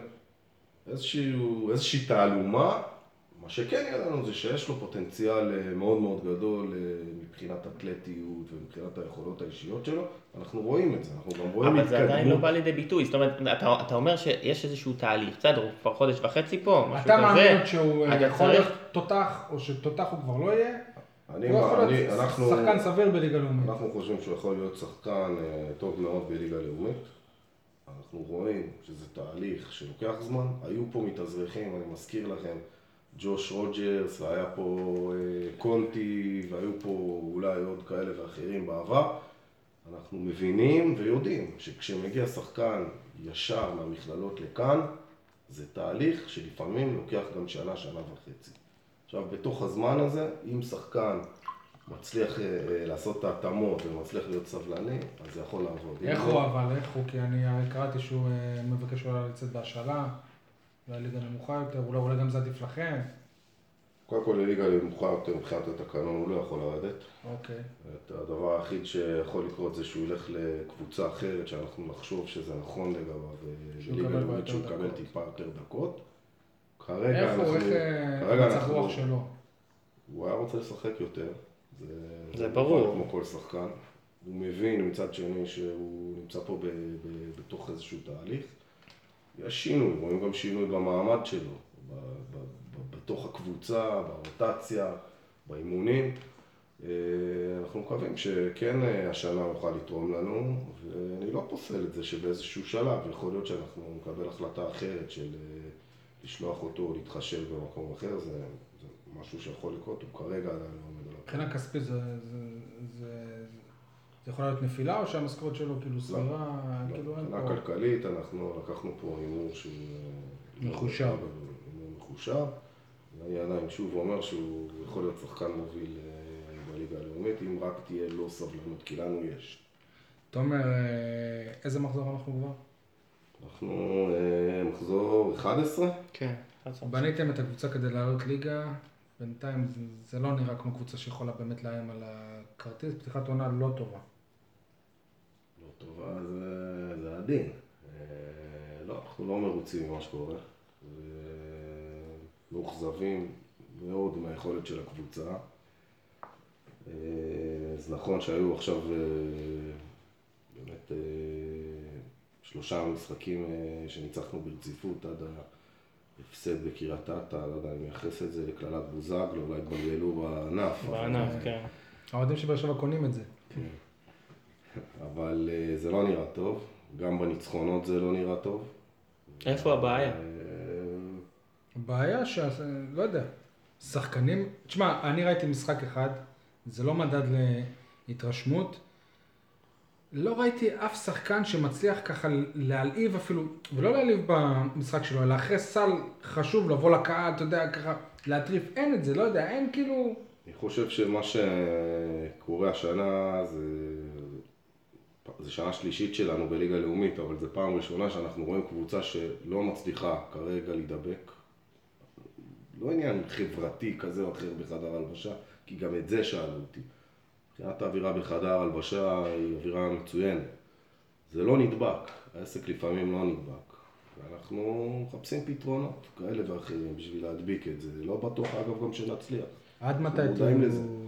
Speaker 6: איזושהי תעלומה. מה שכן ידענו זה שיש לו פוטנציאל מאוד מאוד גדול מבחינת אתלטיות ומבחינת היכולות האישיות שלו. אנחנו רואים את זה, אנחנו גם רואים
Speaker 4: התקדמות. אבל זה עדיין לא בא לידי ביטוי, זאת אומרת, אתה אומר שיש איזשהו תהליך, בסדר, הוא כבר חודש וחצי פה, משהו כזה.
Speaker 2: אתה מאמין שהוא יכול להיות תותח, או שתותח הוא כבר לא יהיה? הוא יכול להיות שחקן סביר בליגה לאומית.
Speaker 6: אנחנו חושבים שהוא יכול להיות שחקן טוב מאוד בליגה לאומית. אנחנו רואים שזה תהליך שלוקח זמן. היו פה מתאזרחים, אני מזכיר לכם, ג'וש רוג'רס, והיה פה קונטי, והיו פה אולי עוד כאלה ואחרים בעבר. אנחנו מבינים ויודעים שכשמגיע שחקן ישר מהמכללות לכאן, זה תהליך שלפעמים לוקח גם שנה, שנה וחצי. עכשיו, בתוך הזמן הזה, אם שחקן מצליח לעשות את ההתאמות ומצליח להיות סבלני, אז זה יכול לעבוד.
Speaker 2: איך הוא אבל? איך הוא? כי אני קראתי שהוא מבקש אולי לצאת בהשאלה, והליגה נמוכה יותר, אולי גם זה עדיף לכם.
Speaker 6: קודם כל, לליגה נמוכה יותר מבחינת התקנון, הוא לא יכול לרדת.
Speaker 2: אוקיי.
Speaker 6: הדבר היחיד שיכול לקרות זה שהוא ילך לקבוצה אחרת, שאנחנו נחשוב שזה נכון לגביו, בליגה לאומית שהוא יקבל טיפה יותר דקות.
Speaker 2: איך הוא? איך מצב רוח שלו?
Speaker 6: הוא היה רוצה לשחק יותר.
Speaker 4: זה ברור.
Speaker 6: כמו כל שחקן. הוא מבין מצד שני שהוא נמצא פה בתוך איזשהו תהליך. יש שינוי, רואים גם שינוי במעמד שלו, בתוך הקבוצה, ברוטציה, באימונים. אנחנו מקווים שכן השנה יוכל לתרום לנו, ואני לא פוסל את זה שבאיזשהו שלב יכול להיות שאנחנו נקבל החלטה אחרת של לשלוח אותו או להתחשב במקום אחר, זה משהו שיכול לקרות, הוא כרגע עדיין לא עומד על הפרק.
Speaker 2: מבחינה כספית זה יכול להיות נפילה, או שהמשכורת שלו כאילו סבירה, כאילו אין פה...
Speaker 6: מבחינה כלכלית, אנחנו לקחנו פה הימור שהוא...
Speaker 2: מחושב.
Speaker 6: הימור מחושב. אני עדיין שוב אומר שהוא יכול להיות שחקן מוביל בליגה הלאומית, אם רק תהיה לו סבלנות, כי לנו יש.
Speaker 2: תומר, איזה מחזור אנחנו כבר?
Speaker 6: אנחנו מחזור 11.
Speaker 4: כן.
Speaker 2: בניתם את הקבוצה כדי לעלות ליגה, בינתיים זה לא נראה כמו קבוצה שיכולה באמת לאיים על הכרטיס, פתיחת עונה לא טובה.
Speaker 6: לא טובה, זה עדין. לא, אנחנו לא מרוצים ממה שקורה. מאוכזבים מאוד מהיכולת של הקבוצה. אז נכון שהיו עכשיו באמת 3 משחקים שניצחנו ברציפות עד ההפסד בקריית אתא, לא יודע, אני מייחס את זה לכללת בוזגלו, אולי התבלבלו בענף.
Speaker 4: בענף, כן.
Speaker 2: האוהדים שבאר שבע קונים את זה.
Speaker 6: אבל זה לא נראה טוב, גם בניצחונות זה לא נראה טוב.
Speaker 4: איפה הבעיה?
Speaker 2: הבעיה לא יודע, שחקנים, תשמע, אני ראיתי משחק אחד, זה לא מדד להתרשמות, לא ראיתי אף שחקן שמצליח ככה להלהיב אפילו, ולא להלהיב במשחק שלו, אלא אחרי סל חשוב לבוא לקהל, אתה יודע, ככה להטריף, אין את זה, לא יודע, אין כאילו...
Speaker 6: אני חושב שמה שקורה השנה זה שנה שלישית שלנו בליגה לאומית, אבל זה פעם ראשונה שאנחנו רואים קבוצה שלא מצליחה כרגע להידבק. לא עניין חברתי כזה או אחר בחדר הלבשה, כי גם את זה שאלו אותי. מבחינת האווירה בחדר הלבשה היא אווירה מצוינת. זה לא נדבק, העסק לפעמים לא נדבק. ואנחנו מחפשים פתרונות כאלה ואחרים בשביל להדביק את זה. לא בטוח אגב גם שנצליח.
Speaker 2: עד מתי תהיו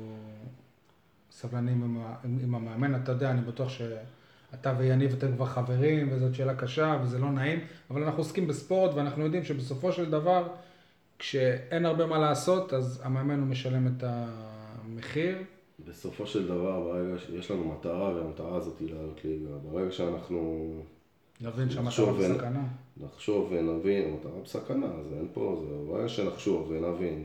Speaker 2: סבלנים עם המאמן? אתה יודע, אני בטוח שאתה ויניב אתם כבר חברים, וזאת שאלה קשה וזה לא נעים, אבל אנחנו עוסקים בספורט ואנחנו יודעים שבסופו של דבר, כשאין הרבה מה לעשות, אז המאמן הוא משלם את המחיר.
Speaker 6: בסופו של דבר, ברגע שיש לנו מטרה, והמטרה הזאת היא לעלות ליגה, ברגע שאנחנו
Speaker 2: נבין שהמטרה בסכנה.
Speaker 6: נחשוב ונבין, המטרה בסכנה, אז אין פה, זה ברגע שנחשוב ונבין,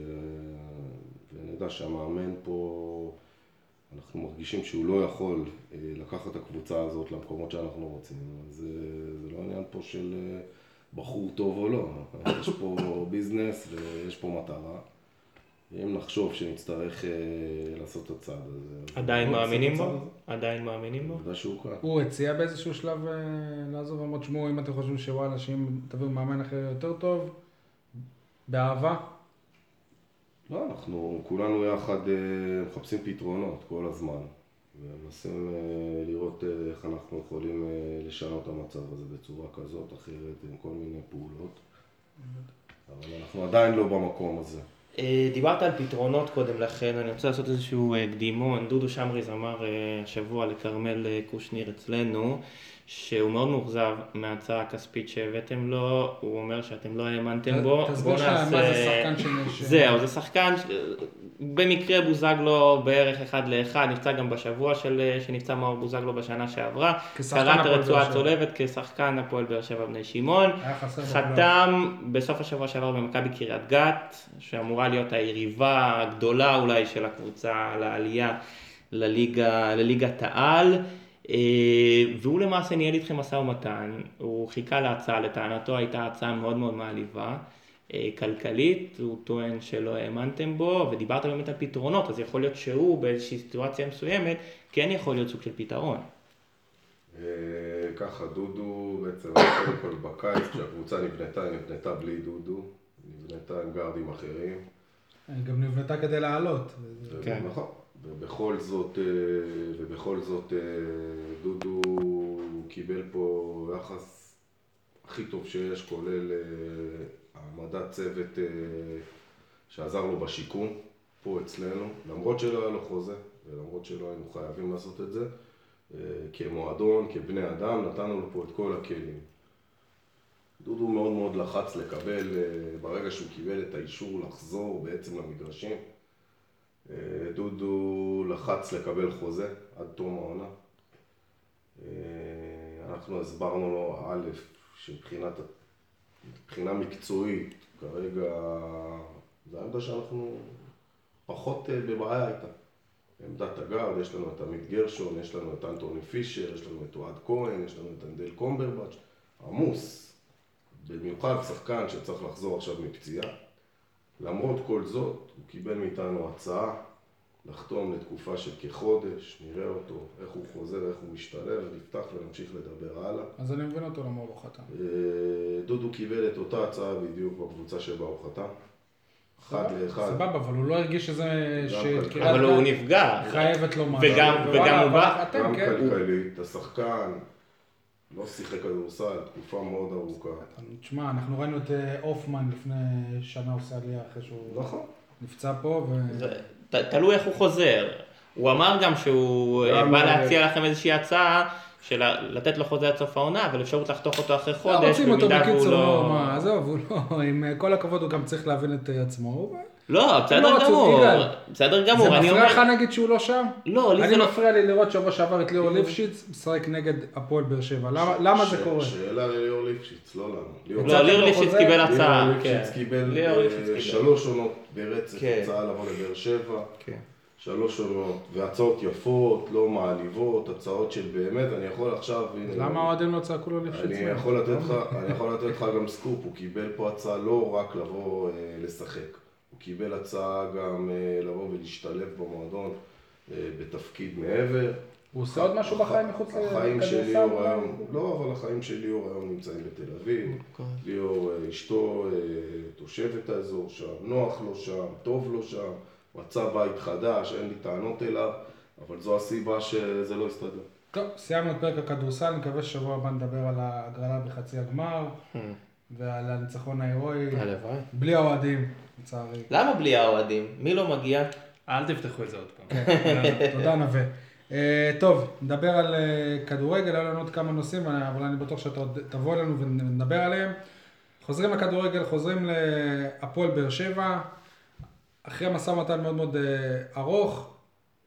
Speaker 6: ונדע שהמאמן פה, אנחנו מרגישים שהוא לא יכול לקחת את הקבוצה הזאת למקומות שאנחנו רוצים, אז זה לא עניין פה של בחור טוב או לא, יש פה ביזנס ויש פה מטרה. אם נחשוב שנצטרך לעשות את הצעד הזה...
Speaker 4: עדיין מאמינים בו? עדיין מאמינים בו?
Speaker 6: עובדה שהוא כאן.
Speaker 2: הוא הציע באיזשהו שלב לעזוב, אמרות שמעו, אם אתם חושבים שוואלה, שאם תביאו מאמן אחר יותר טוב, באהבה?
Speaker 6: לא, אנחנו כולנו יחד מחפשים פתרונות כל הזמן. ומנסים לראות איך אנחנו יכולים לשנות את המצב הזה בצורה כזאת, אחרת, עם כל מיני פעולות. אבל אנחנו עדיין לא במקום הזה.
Speaker 4: דיברת על פתרונות קודם לכן, אני רוצה לעשות איזשהו קדימון. דודו שמריז אמר השבוע לכרמל קושניר אצלנו, שהוא מאוד מאוכזב מההצעה הכספית שהבאתם לו, הוא אומר שאתם לא האמנתם בו.
Speaker 2: תסביר מה זה שחקן שנשאר.
Speaker 4: זהו, זה שחקן, במקרה בוזגלו בערך 1-1, נפצע גם בשבוע שנפצע מאור בוזגלו בשנה שעברה, קראת רצועה צולבת כשחקן הפועל באר שבע בני שמעון, חתם בסוף השבוע שעבר במכבי קריית גת, שאמורה להיות היריבה הגדולה אולי של הקבוצה לעלייה לליגת העל, והוא למעשה ניהל איתכם משא ומתן, הוא חיכה להצעה, לטענתו הייתה הצעה מאוד מאוד מעליבה, כלכלית, הוא טוען שלא האמנתם בו, ודיברת באמת על פתרונות, אז יכול להיות שהוא באיזושהי סיטואציה מסוימת, כן יכול להיות סוג של פתרון.
Speaker 6: ככה, דודו בעצם, קודם כל בקיץ, כשהקבוצה נבנתה בלי דודו, נבנתה עם גארדים אחרים.
Speaker 2: גם נבנתה כדי לעלות.
Speaker 6: כן. נכון. ובכל זאת דודו קיבל פה יחס הכי טוב שיש, כולל העמדת צוות שעזר לו בשיקום פה אצלנו, למרות שלא היה לו חוזה ולמרות שלא היינו חייבים לעשות את זה, כמועדון, כבני אדם, נתנו לו פה את כל הכלים. דודו מאוד מאוד לחץ לקבל, ברגע שהוא קיבל את האישור לחזור בעצם למגרשים, דודו לחץ לקבל חוזה עד תום העונה. אנחנו הסברנו לו א', שמבחינה מקצועית, כרגע זו העמדה שאנחנו פחות בבעיה איתה. עמדת הגארד, יש לנו את עמית גרשון, יש לנו את אנטוני פישר, יש לנו את אוהד כהן, יש לנו את אנדל קומברבץ', עמוס, במיוחד שחקן שצריך לחזור עכשיו מפציעה. למרות כל זאת, הוא קיבל מאיתנו הצעה לחתום לתקופה של כחודש, נראה אותו, איך הוא חוזר, איך הוא משתלב, נפתח ונמשיך לדבר הלאה.
Speaker 2: אז אני מבין אותו למה הוא לא חתם.
Speaker 6: דודו קיבל את אותה הצעה בדיוק בקבוצה שבה הוא חתם. אחד לאחד.
Speaker 2: סבבה, אבל הוא לא הרגיש שזה...
Speaker 4: אבל הוא נפגע.
Speaker 2: חייבת לו משהו.
Speaker 4: וגם הוא בא.
Speaker 6: גם כלכלית, השחקן לא שיחק כדורסל תקופה מאוד ארוכה.
Speaker 2: תשמע, אנחנו ראינו את אופמן לפני שנה עושה עלייה אחרי שהוא
Speaker 6: נכון.
Speaker 2: נפצע פה
Speaker 4: תלוי איך הוא חוזר. הוא אמר גם שהוא בא להציע לכם איזושהי הצעה של לתת לו חוזה עד סוף העונה, אבל אפשרות לחתוך אותו אחרי חודש,
Speaker 2: רוצים אותו
Speaker 4: במידה והוא
Speaker 2: בקיצור,
Speaker 4: לא...
Speaker 2: מה, עזוב, הוא לא, עם כל הכבוד הוא גם צריך להבין את עצמו.
Speaker 4: לא, בסדר גמור, בסדר גמור.
Speaker 2: זה מפריע לך נגיד שהוא לא שם?
Speaker 4: לא, לי זה לא...
Speaker 2: אני מפריע לי לראות שבוע שעבר את ליאור ליפשיץ משחק נגד הפועל באר שבע. למה זה קורה?
Speaker 6: שאלה לליאור ליפשיץ, לא לנו.
Speaker 4: לא, ליאור ליפשיץ קיבל הצעה.
Speaker 6: ליאור ליפשיץ קיבל 3 עונות ברצף הצעה לבוא לבאר שבע. 3 עונות, והצעות יפות, לא מעליבות, הצעות של באמת, אני יכול עכשיו...
Speaker 2: למה האוהדים לא צעקו לו ליפשיץ?
Speaker 6: אני יכול לתת לך גם סקופ, הוא קיבל פה הצעה לא רק לבוא לשחק. הוא קיבל הצעה גם לבוא ולהשתלב במועדון בתפקיד מעבר.
Speaker 2: הוא עושה עוד משהו בחיים מחוץ לכדורסל?
Speaker 6: לא, אבל החיים של ליאור היום נמצאים בתל אביב. ליאור, אשתו תושבת האזור שם, נוח לו שם, טוב לו שם, מצא בית חדש, אין לי טענות אליו, אבל זו הסיבה שזה לא יסתדר.
Speaker 2: טוב, סיימנו את פרק הכדורסל, אני מקווה ששבוע הבא נדבר על ההגרלה בחצי הגמר. ועל הניצחון ההירואי, בלי האוהדים, לצערי.
Speaker 4: למה בלי האוהדים? מי לא מגיע?
Speaker 5: אל תפתחו את זה עוד פעם.
Speaker 2: תודה נווה. טוב, נדבר על כדורגל, היו לנו עוד כמה נושאים, אבל אני בטוח שאתה עוד תבוא אלינו ונדבר עליהם. חוזרים לכדורגל, חוזרים להפועל באר שבע, אחרי משא ומתן מאוד מאוד ארוך.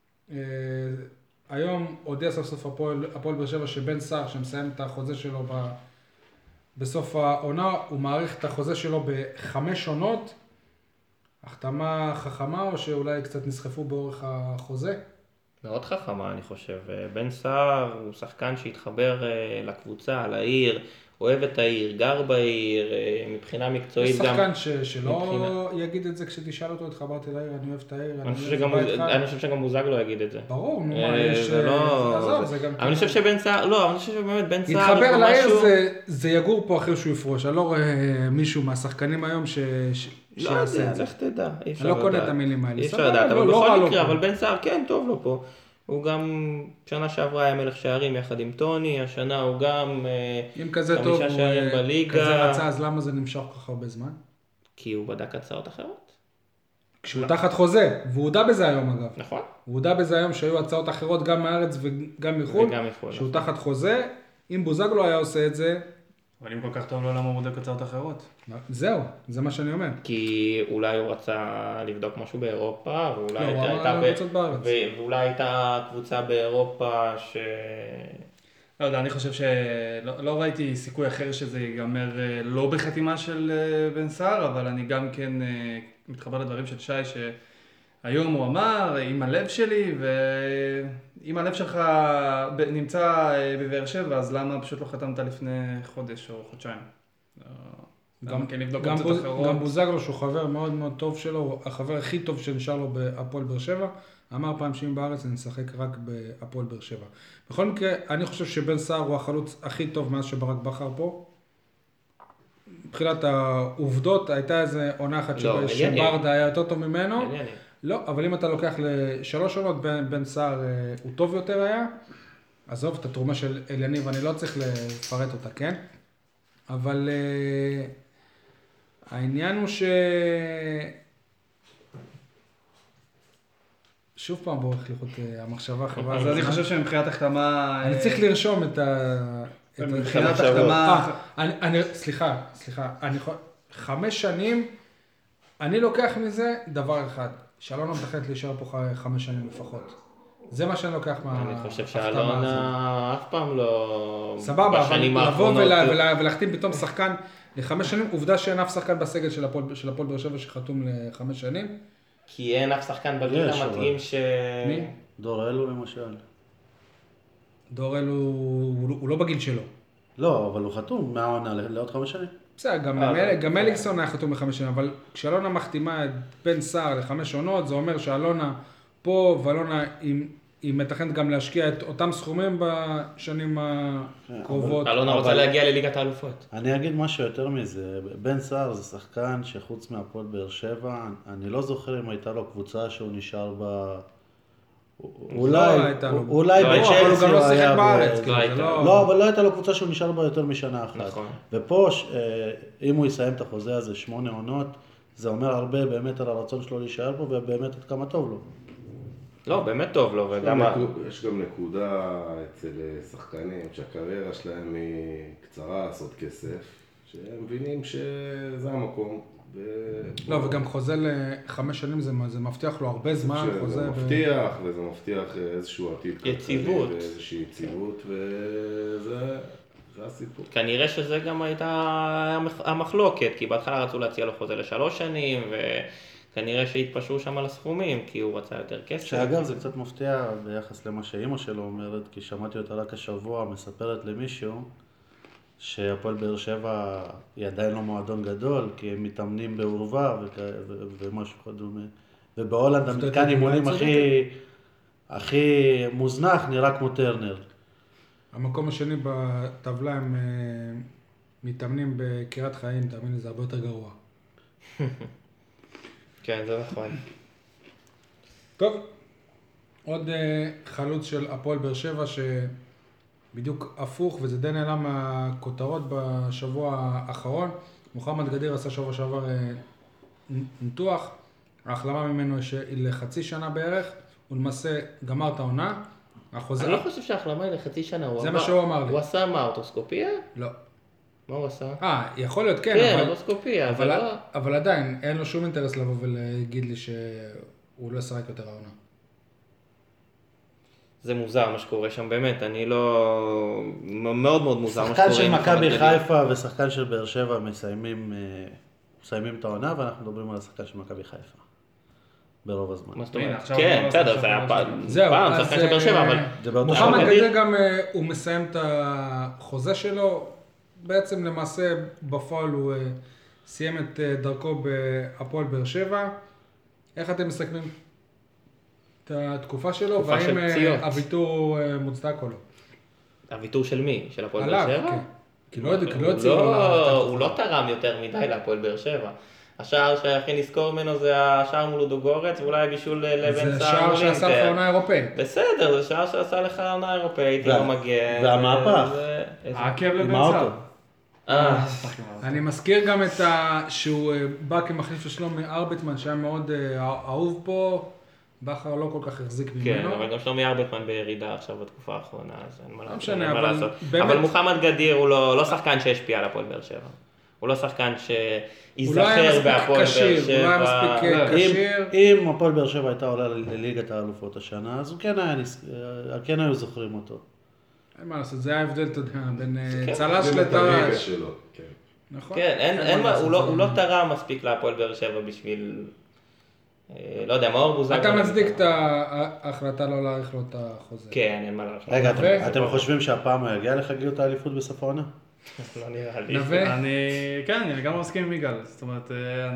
Speaker 2: היום הודיע סוף סוף הפועל באר שבע שבן סער, שמסיים את החוזה שלו בסוף העונה, הוא מעריך את החוזה שלו ב5 עונות. החתמה חכמה או שאולי קצת נסחפו באורך החוזה?
Speaker 4: מאוד חכמה אני חושב. בן סער הוא שחקן שהתחבר לקבוצה, לעיר, אוהב את העיר, גר בעיר, מבחינה מקצועית גם...
Speaker 2: יש שחקן שלא יגיד את זה כשתשאל אותו, התחברתי לעיר, אני אוהב את העיר,
Speaker 4: אני חושב שגם בוזגלו יגיד את זה.
Speaker 2: ברור, נו מה, יש...
Speaker 4: אני חושב שבן סער, לא, אני חושב שבאמת בן סער...
Speaker 2: התחבר לעיר זה יגור פה אחרי שהוא יפרוש, אני לא רואה מישהו מהשחקנים היום
Speaker 4: לא יודע, לך תדע, אי אפשר לדעת.
Speaker 2: אני לא קונה את המילים האלה.
Speaker 4: אי אפשר לדעת, אבל בכל מקרה, אבל בן סער כן, טוב לו פה. הוא גם, שנה שעברה היה מלך שערים יחד עם טוני, השנה הוא גם 5 שערים בליגה.
Speaker 2: כזה רצה, אז למה זה נמשך כך הרבה זמן?
Speaker 4: כי הוא בדק הצעות אחרות.
Speaker 2: כשהוא תחת חוזה, והוא הודע בזה היום אגב.
Speaker 4: נכון.
Speaker 2: הוא הודע בזה היום שהיו הצעות אחרות גם מארץ וגם מחו"ל. שהוא תחת חוזה, אם בוזגלו היה עושה את זה...
Speaker 5: אבל אם כל כך טוב לו, למה הוא בודק הצעות אחרות?
Speaker 2: זהו, זה מה שאני אומר.
Speaker 4: כי אולי הוא רצה לבדוק משהו באירופה, ואולי הייתה קבוצה באירופה ש...
Speaker 5: לא יודע, אני חושב שלא ראיתי סיכוי אחר שזה ייגמר לא בחתימה של בן סער, אבל אני גם כן מתחבר לדברים של שי, שהיום הוא אמר, עם הלב שלי, ואם הלב שלך נמצא בבאר שבע, אז למה פשוט לא חתמת לפני חודש או חודשיים?
Speaker 2: גם בוזגלו שהוא חבר מאוד מאוד טוב שלו, החבר הכי טוב שנשאר לו בהפועל באר שבע, אמר פעם שאם בארץ אני אשחק רק בהפועל באר שבע. בכל מקרה, אני חושב שבן סער הוא החלוץ הכי טוב מאז שברק בכר פה. מבחינת העובדות, הייתה איזה עונה אחת שברדה היה יותר טוב ממנו. לא, אבל אם אתה לוקח ל3 עונות, בן סער הוא טוב יותר היה. עזוב את התרומה של אליניב, אני לא צריך לפרט אותה, כן? אבל העניין הוא שוב פעם בורך לראות המחשבה חברה.
Speaker 5: אז אני חושב שמבחינת החתמה...
Speaker 2: אני צריך לרשום את
Speaker 5: מבחינת החתמה...
Speaker 2: סליחה, 5 שנים, אני לוקח מזה דבר אחד, שאלונה מתחלט להישאר פה 5 שנים לפחות. זה מה שאני לוקח מההחתמה הזאת.
Speaker 4: אני חושב שאלונה אף פעם לא...
Speaker 2: סבבה, אבל לבוא ולהחתים פתאום שחקן ל5 שנים, עובדה שאין אף שחקן בסגל של הפועל באר שבע שחתום ל5 שנים.
Speaker 4: כי אין אף שחקן בגיל
Speaker 3: יש,
Speaker 4: המתאים
Speaker 3: אבל-
Speaker 2: מי?
Speaker 3: דור אלו למשל.
Speaker 2: דורל הוא לא בגיל שלו.
Speaker 3: לא, אבל הוא חתום מהעונה לעוד 5 שנים.
Speaker 2: בסדר, גם אליקסון היה חתום ל5 שנים, אבל כשאלונה מחתימה את בן סער ל5 עונות, זה אומר שאלונה פה, ואלונה היא מתכנת גם להשקיע את אותם סכומים בשנים הקרובות.
Speaker 4: אלונה רוצה להגיע לליגת האלופות.
Speaker 3: אני אגיד משהו יותר מזה, בן סער זה שחקן שחוץ מהפועל באר שבע, אני לא זוכר אם הייתה לו קבוצה שהוא נשאר בה, אולי
Speaker 2: הייתה לו.
Speaker 3: אולי
Speaker 4: לא,
Speaker 2: אבל הוא
Speaker 3: בצ'לסי
Speaker 2: גם
Speaker 3: הוא
Speaker 2: לא שיחק
Speaker 3: היה
Speaker 2: בארץ,
Speaker 3: ב-
Speaker 2: כאילו,
Speaker 4: הייתה.
Speaker 2: זה
Speaker 3: לא, אבל לא הייתה לו קבוצה שהוא נשאר בה יותר משנה אחת.
Speaker 4: נכון.
Speaker 3: ופה, אם הוא יסיים את החוזה הזה 8 עונות, זה אומר הרבה באמת על הרצון שלו להישאר פה, ובאמת עד כמה טוב לו.
Speaker 4: לא, באמת טוב לו, וגם...
Speaker 6: יש גם נקודה אצל שחקנים שהקריירה שלהם היא קצרה לעשות כסף, שהם מבינים שזה המקום.
Speaker 2: לא, וגם חוזה ל5 שנים זה מבטיח לו הרבה זמן,
Speaker 6: זה
Speaker 2: חוזה...
Speaker 6: מבטיח, וזה מבטיח איזשהו עתיד
Speaker 4: יציבות.
Speaker 6: ואיזושהי יציבות, וזה הסיפור.
Speaker 4: כנראה שזה גם הייתה המחלוקת, כי בהתחלה רצו להציע לו חוזה ל3 שנים, וכנראה שהתפשרו שם על הסכומים, כי הוא רצה יותר כסף.
Speaker 3: שאגב זה קצת מפתיע ביחס למה שאימא שלו אומרת, כי שמעתי אותה רק השבוע מספרת למישהו שהפועל באר שבע היא עדיין לא מועדון גדול, כי הם מתאמנים בעורבה ומשהו כדומה. ובהולנד המתקן אימונים הכי מוזנח נראה כמו טרנר.
Speaker 2: המקום השני בטבלה הם מתאמנים בקריית חיים, תאמין לי, זה הרבה יותר גרוע.
Speaker 4: כן, זה נכון.
Speaker 2: טוב, עוד חלוץ של הפועל באר שבע שבדיוק הפוך, וזה די נעלם מהכותרות בשבוע האחרון. מוחמד גדיר עשה שבוע שעבר ניתוח, ההחלמה ממנו היא לחצי שנה בערך, הוא למעשה גמר את העונה.
Speaker 4: אני לא חושב שההחלמה היא לחצי שנה.
Speaker 2: זה מה שהוא אמר לי.
Speaker 4: הוא עשה מה, אורטוסקופיה?
Speaker 2: לא.
Speaker 4: מה הוא עשה?
Speaker 2: יכול להיות, כן,
Speaker 4: כן,
Speaker 2: אבל...
Speaker 4: אורטוסקופיה, אבל לא...
Speaker 2: אבל עדיין, אין לו שום אינטרס לבוא ולהגיד לי שהוא לא ישחק יותר העונה.
Speaker 3: זה
Speaker 4: מוזר מה שקורה שם, באמת, אני לא... מאוד מאוד מוזר מה
Speaker 3: שחקן
Speaker 4: שקורה.
Speaker 3: של
Speaker 4: עם
Speaker 3: מכבי
Speaker 4: מוחמד גדיר.
Speaker 3: חיפה ושחקן של באר שבע מסיימים את העונה, ואנחנו מדברים על השחקן של מכבי חיפה. ברוב הזמן.
Speaker 4: מה זאת
Speaker 5: הנה,
Speaker 4: אומרת?
Speaker 5: עכשיו
Speaker 4: כן,
Speaker 5: הוא
Speaker 4: בסדר,
Speaker 5: לא
Speaker 4: זה היה
Speaker 5: שחקן
Speaker 4: פעם,
Speaker 2: זהו, אז,
Speaker 4: שחקן של באר שבע, אבל...
Speaker 3: זה באותו
Speaker 2: מוחמד
Speaker 3: שבוע.
Speaker 2: גדיר גם, הוא מסיים את החוזה שלו, בעצם למעשה בפועל הוא סיים את דרכו בהפועל באר שבע. איך אתם מסכמים את התקופה שלו,
Speaker 4: תקופה של
Speaker 2: והאם
Speaker 4: פציעות.
Speaker 2: הוויתור מוצדק או לא?
Speaker 4: הוויתור של מי? של הפועל באר
Speaker 2: עליו,
Speaker 4: שבע?
Speaker 2: כן. כי לא הציעו לו
Speaker 4: הוא לא תרם יותר מדי להפועל באר שבע. השער שהכי נזכור ממנו זה השער מול לודוגורץ, ואולי הבישול לבן
Speaker 2: זה
Speaker 4: סער
Speaker 2: שער
Speaker 4: מול
Speaker 2: שעשה לך
Speaker 4: אינטר.
Speaker 2: עונה אירופאית.
Speaker 4: בסדר, זה שער שעשה לך עונה אירופאית, עם המגן.
Speaker 3: והמהפך.
Speaker 5: העקב לבן
Speaker 3: עם
Speaker 5: סער.
Speaker 3: האוטו.
Speaker 2: אני מזכיר גם שהוא בא כמחליף של שלומי ארביטמן, שהיה מאוד אהוב פה, בכר לא כל כך החזיק
Speaker 4: כן,
Speaker 2: ממנו.
Speaker 4: אבל גם שלומי ארביטמן בירידה עכשיו בתקופה האחרונה, אז אין מה
Speaker 2: משנה,
Speaker 4: אין מה
Speaker 2: אבל
Speaker 4: לעשות.
Speaker 2: באמת-
Speaker 4: אבל מוחמד גדיר הוא לא שחקן שהשפיע על הפועל באר שבע. הוא לא שחקן
Speaker 2: הוא לא היה
Speaker 4: שייזכר
Speaker 2: מספיק
Speaker 4: בהפועל באר
Speaker 2: כשיר,
Speaker 4: שבע.
Speaker 2: הוא לא היה מספיק
Speaker 4: לא,
Speaker 2: כשיר.
Speaker 3: אם הפועל באר שבע הייתה עולה לליגת האלופות השנה, אז הוא כן היו זוכרים אותו.
Speaker 2: אין מה לעשות, זה היה ההבדל, אתה יודע, בין
Speaker 4: כן,
Speaker 2: צל"ש
Speaker 6: זה את הליגה
Speaker 2: לטר"ש.
Speaker 6: שלו, כן.
Speaker 2: נכון?
Speaker 4: כן, אין מה, הוא לא תרם מספיק להפועל באר שבע בשביל, לא יודע, מאור בוזגלו.
Speaker 2: אתה מצדיק את ההחלטה לא להאריך לו את החוזה.
Speaker 4: כן, אין מה לעשות.
Speaker 3: רגע,
Speaker 2: ו-
Speaker 3: אתם חושבים שהפעם הוא יגיע לחגיגות האליפות בסוף העונה?
Speaker 4: לא נראה לי.
Speaker 2: נווה?
Speaker 5: אני לגמרי מסכים עם יגאל, זאת אומרת,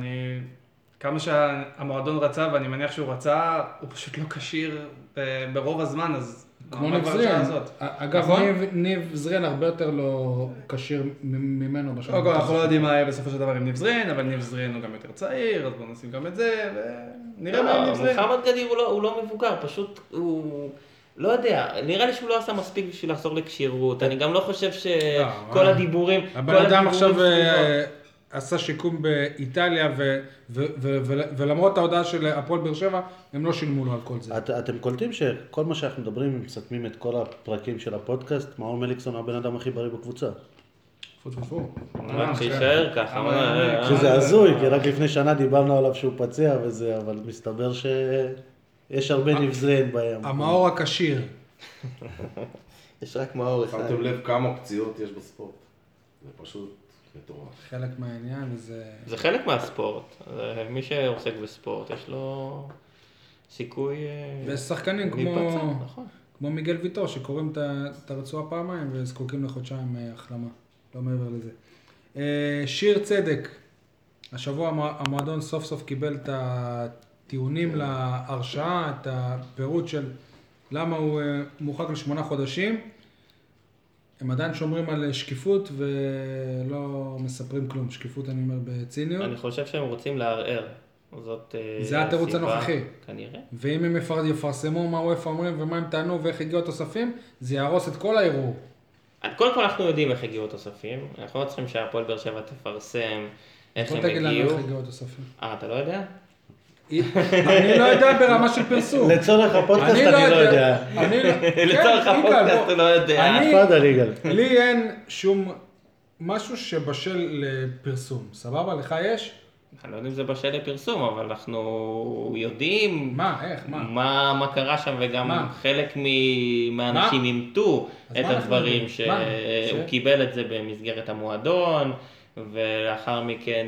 Speaker 5: כמה שהמועדון רצה, ואני מניח שהוא רצה, הוא פשוט לא כשיר ברוב הזמן, אז...
Speaker 2: כמו
Speaker 5: מה
Speaker 2: ניב
Speaker 5: כבר
Speaker 2: זריאן.
Speaker 5: אפשר לעשות?
Speaker 2: אגב,
Speaker 5: נכון?
Speaker 2: ניב זריאן הרבה יותר לא כשיר ממנו בשנה.
Speaker 5: קודם כל, אנחנו לא יודעים מה יהיה בסופו של דבר עם ניב זרין, אבל ניב זרין הוא גם יותר צעיר, אז בואו נשים גם את זה, ונראה מה עם ניב זרין.
Speaker 4: מוחמד גדיר הוא לא מבוגר, פשוט הוא... לא יודע, נראה לי שהוא לא עשה מספיק בשביל לחזור לכשירות, אני גם לא חושב שכל הדיבורים...
Speaker 2: הבן אדם עכשיו עשה שיקום באיטליה, ולמרות ההודעה של הפועל באר שבע, הם לא שילמו לו על כל זה.
Speaker 3: אתם קולטים שכל מה שאנחנו מדברים, מסכמים את כל הפרקים של הפודקאסט, מאור מליקסון הבן אדם הכי בריא בקבוצה.
Speaker 2: פו.
Speaker 4: רק שיישאר ככה.
Speaker 3: שזה הזוי, כי רק לפני שנה דיברנו עליו שהוא פציע וזה, אבל מסתבר שיש הרבה נבזרין בים.
Speaker 2: המאור הכשיר.
Speaker 4: יש רק מאור אחד.
Speaker 6: שמתם לב כמה פציעות יש בספורט. זה פשוט מטורף.
Speaker 2: חלק מהעניין, וזה...
Speaker 4: זה חלק מהספורט. מי שעוסק בספורט, יש לו סיכוי
Speaker 2: ויש שחקנים
Speaker 4: להיפצע, נכון.
Speaker 2: כמו מיגל ויטור, שקוראים את הרצועה פעמיים וזקוקים לחודשיים החלמה, לא מעבר לזה. שיר צדק, השבוע המועדון סוף סוף קיבל את הטיעונים להרשעה, את הפירוט של למה הוא מורחק ל8 חודשים. הם עדיין שומרים על שקיפות ולא מספרים כלום. שקיפות אני אומר בציניות.
Speaker 4: אני חושב שהם רוצים לערער. זאת
Speaker 2: זה התירוץ הנוכחי.
Speaker 4: כנראה.
Speaker 2: ואם הם יפרסמו מה הוא אמורים ומה הם טענו ואיך הגיעו התוספים, זה יהרוס את כל הערעור.
Speaker 4: קודם כל אנחנו יודעים איך הגיעו התוספים. אנחנו לא צריכים שהפועל באר שבע תפרסם איך הם
Speaker 2: בוא תגיד לנו
Speaker 4: הגיעו.
Speaker 2: איך הגיעו התוספים.
Speaker 4: אתה לא יודע?
Speaker 2: אני לא יודע ברמה של פרסום.
Speaker 3: לצורך הפודקאסט אני לא יודע.
Speaker 4: לצורך הפודקאסט הוא לא יודע.
Speaker 3: תפאדל יגאל.
Speaker 2: לי אין שום משהו שבשל לפרסום. סבבה? לך יש?
Speaker 4: אני לא יודע אם זה בשל לפרסום, אבל אנחנו יודעים
Speaker 2: מה? איך? מה?
Speaker 4: מה קרה שם, וגם
Speaker 2: מה?
Speaker 4: חלק מהאנשים אימתו
Speaker 2: אז
Speaker 4: את
Speaker 2: מה אנחנו
Speaker 4: הדברים,
Speaker 2: יודעים? מה?
Speaker 4: שהוא קיבל את זה במסגרת המועדון, ולאחר מכן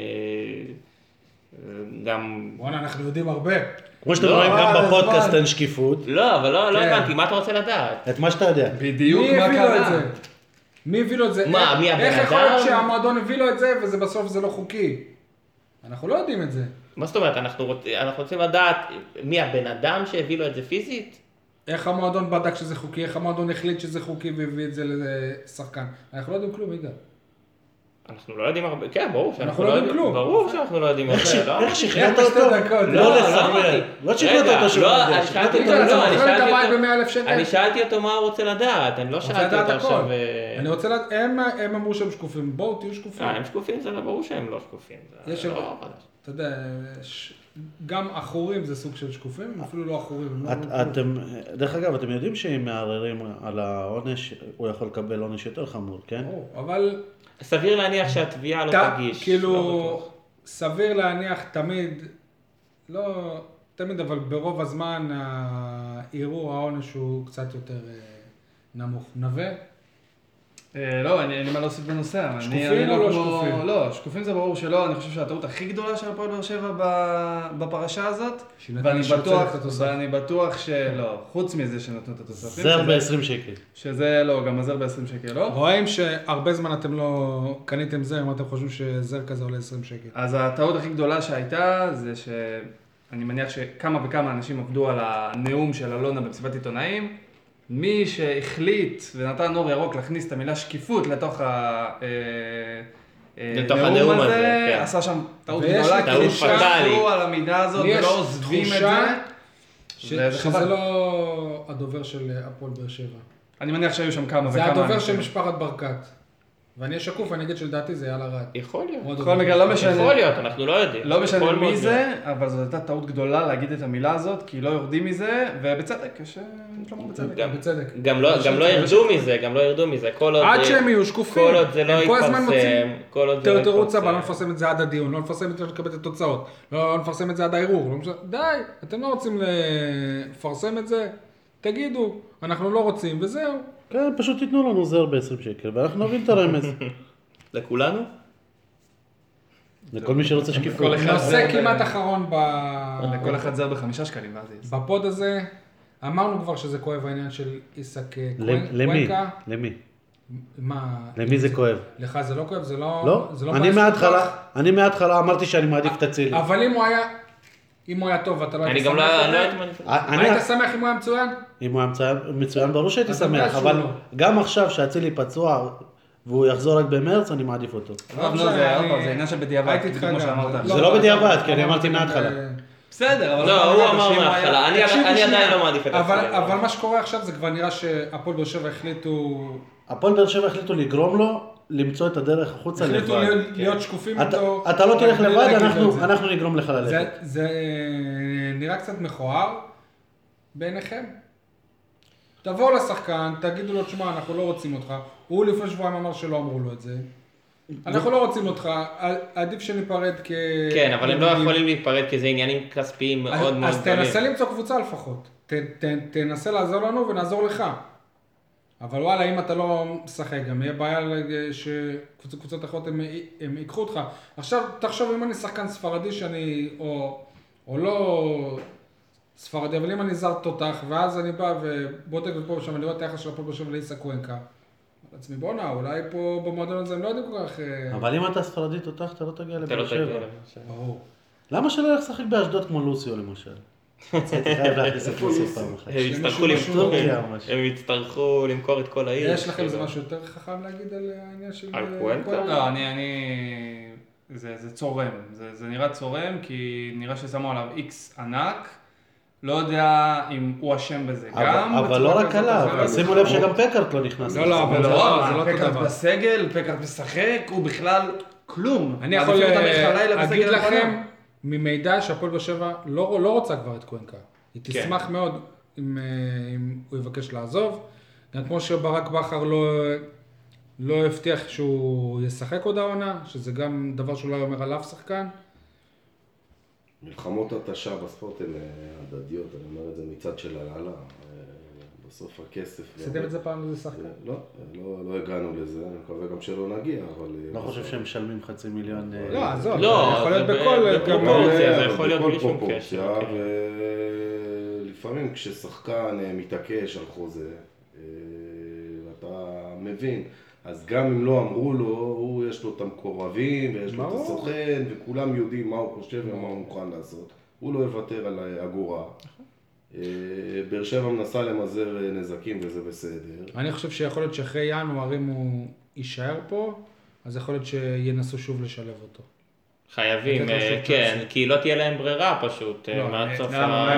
Speaker 4: גם...
Speaker 2: בוא'נה, אנחנו יודעים הרבה.
Speaker 3: כמו שאתם
Speaker 4: לא,
Speaker 3: רואים גם
Speaker 2: אבל
Speaker 3: בפודקאסט
Speaker 2: הזמן.
Speaker 3: אין שקיפות.
Speaker 4: לא, אבל לא
Speaker 2: כן.
Speaker 4: הבנתי, מה אתה רוצה לדעת?
Speaker 3: את מה שאתה יודע.
Speaker 5: בדיוק
Speaker 2: מי
Speaker 5: מה
Speaker 2: הביא לו את
Speaker 5: קרה.
Speaker 2: זה? מי הביא לו את זה?
Speaker 4: מה, מי הבן
Speaker 2: איך יכול להיות
Speaker 4: אדם?
Speaker 2: שהמועדון הביא לו את זה ובסוף זה לא חוקי? אנחנו לא יודעים את זה.
Speaker 4: מה זאת אומרת, אנחנו רוצים לדעת מי הבן אדם שהביא לו את זה פיזית?
Speaker 2: איך המועדון בדק שזה חוקי, איך המועדון החליט שזה חוקי והביא את זה לשחקן. אנחנו לא יודעים כלום, יגאל.
Speaker 4: אנחנו לא יודעים הרבה, כן, ברור שאנחנו
Speaker 2: אנחנו לא יודעים כלום.
Speaker 4: ברור שאנחנו לא יודעים הרבה, לא?
Speaker 3: איך שכנעת
Speaker 2: איך בשתי
Speaker 3: אותו?
Speaker 2: דקות?
Speaker 3: לא
Speaker 2: לא,
Speaker 3: לספר. לא שכנעת אותו שהוא
Speaker 4: לא,
Speaker 3: יודע.
Speaker 4: אני
Speaker 3: שכנעת
Speaker 4: שאלתי
Speaker 3: אותו.
Speaker 4: אותו,
Speaker 2: יגאל,
Speaker 4: לא,
Speaker 2: אתה מוכר את המים ב100,000 שקל?
Speaker 4: אני שאלתי אותו מה הוא רוצה לדעת, אני לא
Speaker 2: רוצה
Speaker 4: שאלתי
Speaker 2: לדעת
Speaker 4: אותו
Speaker 2: הכל.
Speaker 4: עכשיו...
Speaker 2: אני רוצה לדעת, הם אמרו שהם שקופים, בואו תהיו שקופים.
Speaker 4: הם שקופים, זה לא ברור שהם לא שקופים. זה
Speaker 2: יש
Speaker 4: לא חדש.
Speaker 2: אתה יודע, גם אחורים זה סוג של שקופים, הם אפילו לא אחורים. הם לא אומרים כלום.
Speaker 3: דרך אגב, אתם יודעים שאם מערערים על העונש, הוא יכול לקבל עונש יותר חמור, כן?
Speaker 2: ברור, אבל
Speaker 4: סביר להניח שהתביעה לא תגיש. לא
Speaker 2: כאילו,
Speaker 4: בטוח.
Speaker 2: סביר להניח תמיד, לא תמיד, אבל ברוב הזמן הערעור העונש הוא קצת יותר נמוך. נווה?
Speaker 5: לא, אין לי מה להוסיף בנושא. אבל
Speaker 2: שקופים
Speaker 5: אני
Speaker 2: או לא
Speaker 5: כמו-
Speaker 2: שקופים?
Speaker 5: לא, שקופים זה ברור שלא. אני חושב שהטעות הכי גדולה של הפועל באר שבע בפרשה הזאת.
Speaker 2: שנתן
Speaker 5: ואני
Speaker 2: לשרצר
Speaker 5: בטוח,
Speaker 2: את התוספת.
Speaker 5: ואני בטוח שלא. חוץ מזה שנתנו את התוספים.
Speaker 3: זר
Speaker 5: שזה-
Speaker 3: ב-20 שקל.
Speaker 5: שזה לא, גם הזר ב-20 שקל, לא?
Speaker 2: רואים שהרבה זמן אתם לא קניתם זר, אם אתם חושבים שזר כזה עולה 20 שקל.
Speaker 5: אז הטעות הכי גדולה שהייתה זה שאני מניח שכמה וכמה אנשים עבדו על הנאום של אלונה במסיבת עיתונאים. מי שהחליט ונתן אור ירוק להכניס את המילה שקיפות לתוך
Speaker 4: לתוך
Speaker 5: הנאום
Speaker 4: הנאום
Speaker 5: הזה,
Speaker 4: הזה, כן.
Speaker 5: עשה שם טעות
Speaker 2: ויש לי
Speaker 5: גדולה, כי
Speaker 4: טעות
Speaker 5: נשארו
Speaker 4: פטאלית.
Speaker 5: על המידה הזאת
Speaker 2: לי יש
Speaker 5: ולא עוזבים את
Speaker 2: תחושה
Speaker 5: זה. וזה
Speaker 2: שזה
Speaker 5: חבל.
Speaker 2: לא הדובר של הפועל באר שבע.
Speaker 5: אני מניח שהיו שם כמה
Speaker 2: זה
Speaker 5: וכמה
Speaker 2: הדובר של
Speaker 5: אנשים.
Speaker 2: משפחת ברקת. ואני אהיה שקוף, אני אגיד שלדעתי זה יאללה רעד.
Speaker 4: יכול להיות.
Speaker 2: הוא הדובר.
Speaker 5: בכל מקרה, לא משנה.
Speaker 4: יכול להיות, אנחנו לא יודעים.
Speaker 5: לא משנה
Speaker 4: יכול מאוד
Speaker 5: מי זה,
Speaker 4: להיות.
Speaker 5: אבל זאת הייתה טעות גדולה להגיד את המילה הזאת, כי לא יורדים מזה, ובצדק, יש לומר בצדק.
Speaker 4: גם-
Speaker 2: בצדק.
Speaker 4: גם לא ירדו מזה, גם לא ירדו מזה. כל עוד
Speaker 2: עד
Speaker 4: זה-
Speaker 2: שהם יהיו שקופים.
Speaker 4: כל עוד זה לא
Speaker 2: הם כל הזמן
Speaker 4: יתפרסם,
Speaker 2: מוצאים
Speaker 4: כל עוד זה לא
Speaker 2: תירוץ הבא, לא
Speaker 4: יתפרסם.
Speaker 2: נפרסם את זה עד הדיון, לא נפרסם את זה לקבל את התוצאות, לא נפרסם את זה עד הערעור, לא משנה- די, אתם לא רוצים לפרסם את זה, תגידו, אנחנו לא רוצים, וזהו.
Speaker 3: כן, פשוט תיתנו לנו זר ב-20 שקל, ואנחנו נבין את הרמז.
Speaker 4: לכולנו?
Speaker 3: לכל מי שרוצה שקיפות.
Speaker 5: כל אחד
Speaker 2: נושא
Speaker 5: זה-
Speaker 2: כמעט אחרון
Speaker 5: לכל אחד זר ב5 שקלים, ואז זה יצא.
Speaker 2: בפוד הזה, אמרנו כבר שזה כואב העניין של איסק
Speaker 3: למי?
Speaker 2: קוונקה.
Speaker 3: למי?
Speaker 2: מה?
Speaker 3: למי זה כואב?
Speaker 2: לך זה לא כואב? זה לא...
Speaker 3: לא,
Speaker 2: זה לא
Speaker 3: אני
Speaker 2: מבאס
Speaker 3: מההתחלה,
Speaker 2: אותך?
Speaker 3: אני מההתחלה אמרתי שאני מעדיף את אצילי.
Speaker 2: אבל אם הוא היה טוב ואתה לא
Speaker 4: אני
Speaker 2: היית
Speaker 4: גם
Speaker 2: שמח
Speaker 4: לא
Speaker 2: על זה,
Speaker 4: הייתי מעדיף.
Speaker 2: היית שמח אם הוא היה מצוין?
Speaker 3: אם הוא היה מצוין, ברור שהייתי
Speaker 2: אז אני יודע
Speaker 3: שמח,
Speaker 2: שהוא
Speaker 3: אבל
Speaker 2: לא.
Speaker 3: גם עכשיו שאצילי פצוע והוא יחזור רק במרץ, אני מעדיף אותו.
Speaker 2: לא
Speaker 5: טוב,
Speaker 2: משנה,
Speaker 5: נו, זה
Speaker 2: אני-
Speaker 5: עוד פעם, זה עניין של בדיעבד,
Speaker 2: הייתי איתך
Speaker 5: כמו
Speaker 2: גם.
Speaker 5: שאמרת.
Speaker 3: זה לא בדיעבד, כי אני
Speaker 2: לא
Speaker 3: אמרתי
Speaker 2: גם,
Speaker 3: מההתחלה.
Speaker 5: בסדר, אבל...
Speaker 4: לא, הוא אמר מההתחלה, אני
Speaker 2: תקשיבו
Speaker 4: עדיין
Speaker 2: שנייה,
Speaker 4: לא מעדיף את אצילי.
Speaker 2: אבל מה שקורה עכשיו זה כבר נראה שהפועל באר שבע החליטו
Speaker 3: הפועל באר שבע החליטו לגרום לו למצוא את הדרך החוצה לבד.
Speaker 2: להיות שקופים
Speaker 3: אתה-
Speaker 2: איתו.
Speaker 3: אתה לא תלך
Speaker 2: בלי
Speaker 3: לבד,
Speaker 2: להגיד לו את זה.
Speaker 3: אנחנו נגרום לך ללכת.
Speaker 2: זה נראה קצת מכוער בעיניכם. תבואו לשחקן, תגידו לו, תשמע, אנחנו לא רוצים אותך. הוא לפני שבועיים אמר שלא אמרו לו את זה. אנחנו לא רוצים אותך, עדיף שניפרד
Speaker 4: כן, אבל הם לא יכולים להיפרד כי זה עניינים כספיים מאוד מאוד
Speaker 2: אז
Speaker 4: גדולים.
Speaker 2: תנסה למצוא קבוצה לפחות. תנסה לעזור לנו ונעזור לך. אבל וואלה, אם אתה לא משחק, גם יהיה בעיה שקבוצות אחרות הם ייקחו אותך. עכשיו, תחשוב אם אני שחקן ספרדי שאני, או לא ספרדי, אבל אם אני זר תותח, ואז אני בא ובודק ופה ושם, אני רואה את היחס של הפועל באר שבע לאיסה קוונקה. לעצמי, בוא'נה, אולי פה במועדון הזה הם לא יודעים כל כך...
Speaker 3: אבל אם אתה ספרדי תותח, אתה לא תגיע
Speaker 4: אתה לא
Speaker 3: לבאר
Speaker 4: תגיע
Speaker 3: שבע.
Speaker 4: לבאר שבע.
Speaker 2: ברור.
Speaker 3: למה שלא ילך לשחק באשדוד כמו לוסיו למשל? הייתי חייב להכניס את לוסיו פעם אחת.
Speaker 4: הם יצטרכו למכור את כל העיר.
Speaker 2: יש לכם איזה משהו יותר חכם להגיד על העניין של...
Speaker 4: על קוונקה?
Speaker 5: לא, זה צורם. זה נראה צורם, כי נראה ששמו עליו איקס ענק. לא יודע אם הוא אשם בזה גם.
Speaker 3: אבל לא רק עליו, שימו לב שגם פקארט לא נכנס.
Speaker 2: לא, אבל זה לא אותו
Speaker 5: פקארט
Speaker 2: דבר.
Speaker 5: בסגל, פקארט משחק, הוא בכלל כלום.
Speaker 2: אני יכול להגיד לכם ממידע שהפועל באר שבע לא רוצה כבר את קוונקה. היא תשמח מאוד אם הוא יבקש לעזוב. גם כמו שברק בכר לא הבטיח שהוא ישחק עוד העונה, שזה גם דבר שהוא לא אומר על אף שחקן.
Speaker 6: מלחמות התשה בספורט הן הדדיות, אני אומר את זה מצד של הלהלה. בסוף הכסף...
Speaker 2: עשיתם את זה פעם לזה שחקן?
Speaker 6: לא הגענו לזה, אני מקווה גם שלא נגיע, אבל...
Speaker 3: לא חושב שהם משלמים 500,000.
Speaker 2: לא, עזוב,
Speaker 4: לא,
Speaker 2: יכול להיות
Speaker 4: זה
Speaker 2: בכל...
Speaker 4: בפרופורציה, זה יכול להיות
Speaker 6: בכל
Speaker 4: בלי שום
Speaker 6: פרופורציה,
Speaker 4: קשר.
Speaker 6: ולפעמים כששחקן מתעקש על חוזה, אתה מבין, אז גם אם לא אמרו לו, יש לו את המקורבים, ויש לו את הסוכן, וכולם יודעים מה הוא חושב ומה הוא מוכן לעשות. הוא לא יוותר על אגורה. באר שבע מנסה למזער נזקים וזה בסדר.
Speaker 2: אני חושב שיכול להיות שאחרי ינואר, אם הוא יישאר פה, אז יכול להיות שינסו שוב לשלב אותו.
Speaker 4: חייבים, כן, כי לא תהיה להם ברירה פשוט, מעד סוף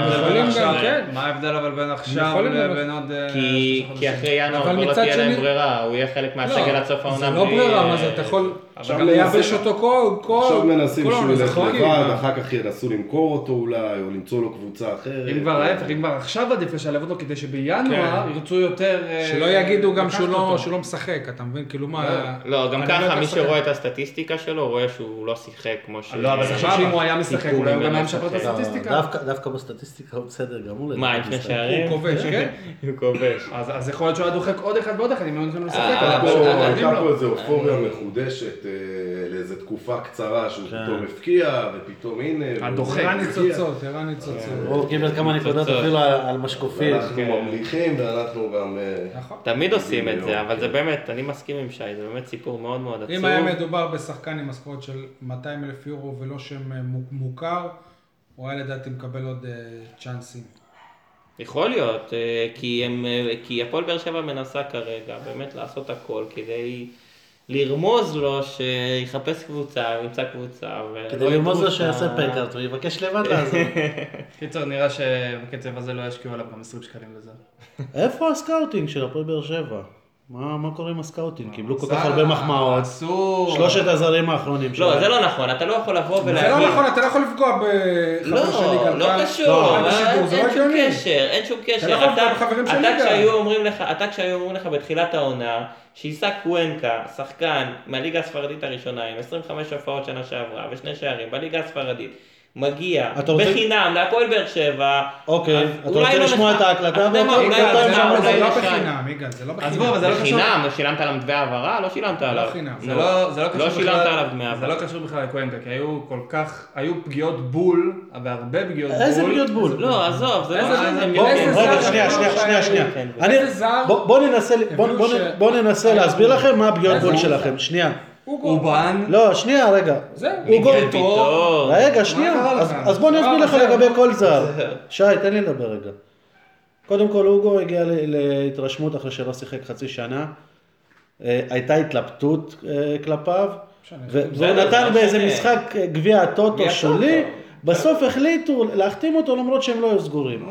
Speaker 5: מה ההבדל אבל בין עכשיו לבין עוד...
Speaker 4: כי אחרי ינואר לא תהיה להם ברירה, הוא יהיה חלק מהסגל עד סוף העונה.
Speaker 2: זה לא ברירה, מה זה, אתה יכול לייבש אותו כל...
Speaker 6: עכשיו מנסים שהוא ילך לבד, אחר כך ינסו למכור אותו אולי, או למצוא לו קבוצה אחרת.
Speaker 5: אם כבר ההפך, אם כבר עכשיו עדיף לשלב אותו, כדי שבינואר ירצו יותר...
Speaker 2: שלא יגידו גם שהוא לא משחק, אתה מבין? כאילו מה...
Speaker 4: לא, גם ככה מי שרואה את הסטטיסטיקה שלו, רואה שהוא לא שיחק כמו ש...
Speaker 5: לא, אבל אני חושב שאם הוא היה משחק, אולי הוא גם היה משפר את הסטטיסטיקה.
Speaker 3: דווקא בסטטיסטיקה הוא בסדר גמור.
Speaker 4: מה, עם שני שערים?
Speaker 2: הוא כובש, כן?
Speaker 4: הוא כובש.
Speaker 5: אז יכול להיות שהוא היה דוחק עוד אחד ועוד אחד, אם הוא נותן לשחק.
Speaker 6: הייתה פה איזו אופוריה מחודשת לאיזו תקופה קצרה שהוא פתאום הפקיע, ופתאום הנה...
Speaker 5: הדוחק.
Speaker 2: הרן ניצוצות.
Speaker 3: הוא קיבל כמה נקודות אפילו על משקופים.
Speaker 6: אנחנו ממליכים ואנחנו גם...
Speaker 4: תמיד עושים את זה, אבל זה באמת, אני מסכים עם שי, זה באמת סיפור מאוד מאוד עצוב.
Speaker 2: אם היה מדובר בשחקן עם משכורת של 200,000 יורו ולא שם מוכר, הוא היה לדעתי מקבל עוד צ'אנסים.
Speaker 4: יכול להיות, כי הפועל באר שבע מנסה כרגע באמת לעשות הכל כדי לרמוז לו שיחפש קבוצה, ימצא קבוצה.
Speaker 3: כדי לרמוז לו שיעשה פקארט, הוא יבקש לבד לעזור.
Speaker 5: קיצר, נראה שבקצב הזה לא ישקיעו עליו גם 20 שקלים לזה.
Speaker 3: איפה הסקאוטינג של הפועל באר שבע? מה קורה עם הסקאוטינג? קיבלו כל כך הרבה מחמאות. שלושת הזרים האחרונים שלהם.
Speaker 4: לא, זה לא נכון, אתה לא יכול לבוא ולהגיד...
Speaker 2: זה לא נכון, אתה לא יכול לפגוע בחבר של ליגה.
Speaker 4: לא קשור, אין שום קשר. אתה כשהיו אומרים לך בתחילת העונה, שעיסק קוונקה, שחקן מהליגה הספרדית הראשונה, עם 25 הופעות שנה שעברה ושני שערים בליגה הספרדית, מגיע בחינם להפועל באר שבע.
Speaker 3: אוקיי, אתה רוצה לשמוע את ההקלטה?
Speaker 2: זה לא בחינם, יגאל, זה לא בחינם.
Speaker 4: בחינם, שילמת עליו דמי העברה? לא שילמת עליו. לא שילמת עליו דמי העברה.
Speaker 5: זה לא קשור בכלל לקוונקה, כי היו פגיעות בול, והרבה פגיעות בול.
Speaker 3: איזה פגיעות בול?
Speaker 4: לא, עזוב, זה לא
Speaker 3: רגע, שנייה. בוא ננסה להסביר לכם מה הפגיעות בול שלכם. שנייה.
Speaker 5: אובן.
Speaker 3: לא, שנייה, רגע. רגע, שנייה. אז בוא נסביר לך לגבי כל זר. שי, תן לי לדבר רגע. קודם כל, אוגו הגיע להתרשמות אחרי שלא שיחק חצי שנה. הייתה התלבטות כלפיו. והוא נתן באיזה משחק גביע הטוטו שולי. בסוף החליטו להחתים אותו למרות שהם לא היו סגורים.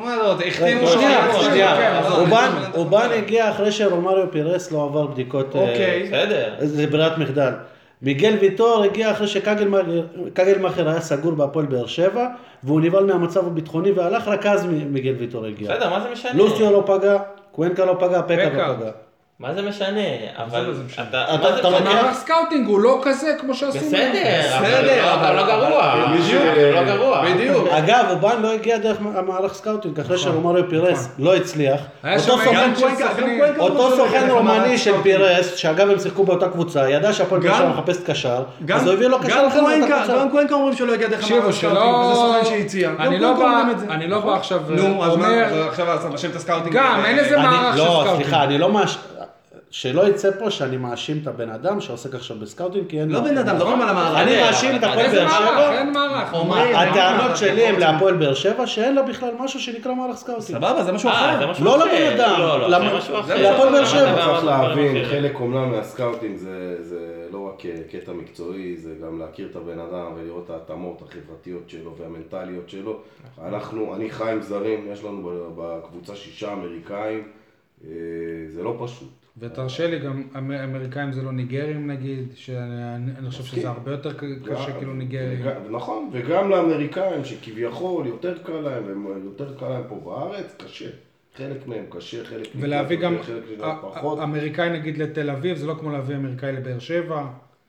Speaker 3: אובן הגיע אחרי שרומאריו פירס לא עבר בדיקות.
Speaker 5: אוקיי.
Speaker 3: זה ברירת מחדל. מיגל ויטור הגיע אחרי שקגלמאכר היה סגור בהפועל באר שבע, והוא נבהל מהמצב הביטחוני והלך, רק אז מיגל ויטור הגיע.
Speaker 4: בסדר, מה זה משנה?
Speaker 3: לוסיו לא פגע, קוונקה לא פגע, פקארט לא פגע.
Speaker 4: מה זה משנה? אבל
Speaker 2: זה משנה?
Speaker 4: אתה...
Speaker 3: אתה
Speaker 4: מה זה משנה?
Speaker 2: מערך סקאוטינג הוא לא כזה כמו שעשו.
Speaker 4: בסדר,
Speaker 5: בסדר,
Speaker 4: אבל לא גרוע.
Speaker 5: בדיוק.
Speaker 4: לא גרוע.
Speaker 5: בדיוק.
Speaker 3: אגב, אובן לא הגיע דרך המערך סקאוטינג, אחרי שרומאריו פירס לא הצליח.
Speaker 2: היה
Speaker 3: אותו
Speaker 2: שם
Speaker 3: סוכן-
Speaker 2: גם סכנין.
Speaker 3: אותו סוכן רומני של פירס, שאגב הם שיחקו באותה קבוצה, ידע שהפועל באר שבע מחפשת קשר, אז הוא הביא לו קשר אחר באותה קבוצה.
Speaker 5: גם קוונקה אומרים שלא הגיע דרך
Speaker 2: תקשיבו,
Speaker 5: המערך סקאוטינג, וזה סוכן שהציע.
Speaker 2: אני
Speaker 5: גם
Speaker 2: לא
Speaker 5: קוונקה
Speaker 2: בא-
Speaker 5: אומרים את זה.
Speaker 2: אני לא בא עכשיו
Speaker 5: נו, אז מה?
Speaker 2: אומר,
Speaker 5: עכשיו אתה משאיר את הסקאוטינג.
Speaker 2: גם אין איזה מערך של
Speaker 3: לא,
Speaker 2: סקאוטינג.
Speaker 3: סליחה, אני לא שלא יצא פה שאני מאשים את הבן אדם שעוסק עכשיו בסקאוטינג, כי אין
Speaker 5: לא
Speaker 3: לו.
Speaker 5: בן אדם, מדברים על המערך.
Speaker 3: אני מאשים את הפועל
Speaker 2: איזה
Speaker 3: באר
Speaker 2: מערך?
Speaker 3: שבע.
Speaker 2: אין מערך.
Speaker 3: הטענות שלי הם להפועל באר שבע, שאין לה בכלל משהו שנקרא מערך סקאוטינג.
Speaker 5: סבבה, זה משהו
Speaker 4: זה
Speaker 5: אחר.
Speaker 4: משהו
Speaker 3: לא
Speaker 4: אחר.
Speaker 3: לבן אדם,
Speaker 4: לא,
Speaker 3: למה-
Speaker 4: זה משהו אחר.
Speaker 3: להפועל באר שבע.
Speaker 4: אתה
Speaker 6: צריך להבין,
Speaker 4: דברים אחרים.
Speaker 6: חלק אומנם מהסקאוטינג זה לא רק קטע מקצועי, זה גם להכיר את הבן אדם ולראות את ההתאמות החברתיות שלו והמנטליות שלו. אני חי עם זרים, יש לנו בקבוצה 6 אמריקאים, זה לא פשוט.
Speaker 2: ותרשה לי, גם אמריקאים זה לא ניגרים נגיד, שאני חושב שזה הרבה יותר קשה כאילו ניגרים.
Speaker 6: נכון, וגם לאמריקאים שכביכול יותר קל להם, יותר קל להם פה בארץ, קשה. חלק מהם קשה, חלק
Speaker 2: ולהביא גם
Speaker 6: חלק פחות.
Speaker 2: אמריקאי נגיד לתל אביב, זה לא כמו להביא אמריקאי לבאר שבע.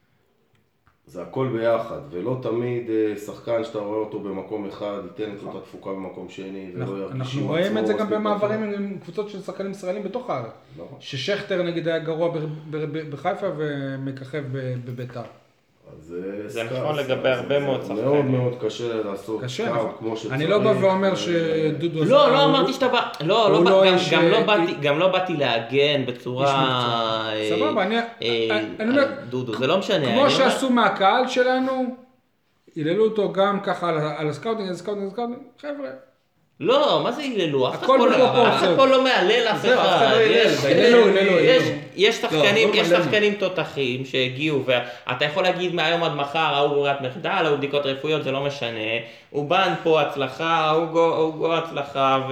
Speaker 6: זה הכל ביחד, ולא תמיד שחקן שאתה רואה אותו במקום אחד, ייתן את אותה תפוקה במקום שני, ולא ירגיש עם עצמו.
Speaker 2: אנחנו רואים את זה גם
Speaker 6: מספיק
Speaker 2: במעברים
Speaker 6: טוב.
Speaker 2: עם קבוצות של שחקנים ישראלים בתוך הארץ.
Speaker 6: נכון.
Speaker 2: ששכטר נגיד היה גרוע בחיפה ומככב בביתר.
Speaker 6: אז
Speaker 4: זה נכון לגבי הרבה מאוד שחקנים.
Speaker 6: מאוד מאוד קשה לעשות
Speaker 2: קשה,
Speaker 6: סקאוט
Speaker 2: נכון.
Speaker 6: כמו שצריך.
Speaker 2: אני לא בא ואומר שדודו...
Speaker 4: לא, לא אמרתי שאתה בא,
Speaker 2: הוא לא איש-
Speaker 4: גם לא באתי להגן בצורה...
Speaker 2: סבבה, אני אומר,
Speaker 4: דודו, זה לא משנה.
Speaker 2: כמו שעשו מהקהל שלנו, היללו אותו גם ככה על הסקאוטינג, חבר'ה.
Speaker 4: לא, מה זה היללו? אף אחד
Speaker 2: הכל
Speaker 4: פה
Speaker 2: בפרופורציות.
Speaker 4: לא מהלל אף
Speaker 5: זהו, אף אחד
Speaker 4: אחד.
Speaker 5: לא הלל,
Speaker 4: יש
Speaker 5: לא,
Speaker 4: שחקנים תותחים שהגיעו, ואתה יכול להגיד מהיום עד מחר, ההוא ברירת מחדל, ההוא בדיקות רפואיות, זה לא משנה. אובן פה הצלחה, ההוא הצלחה,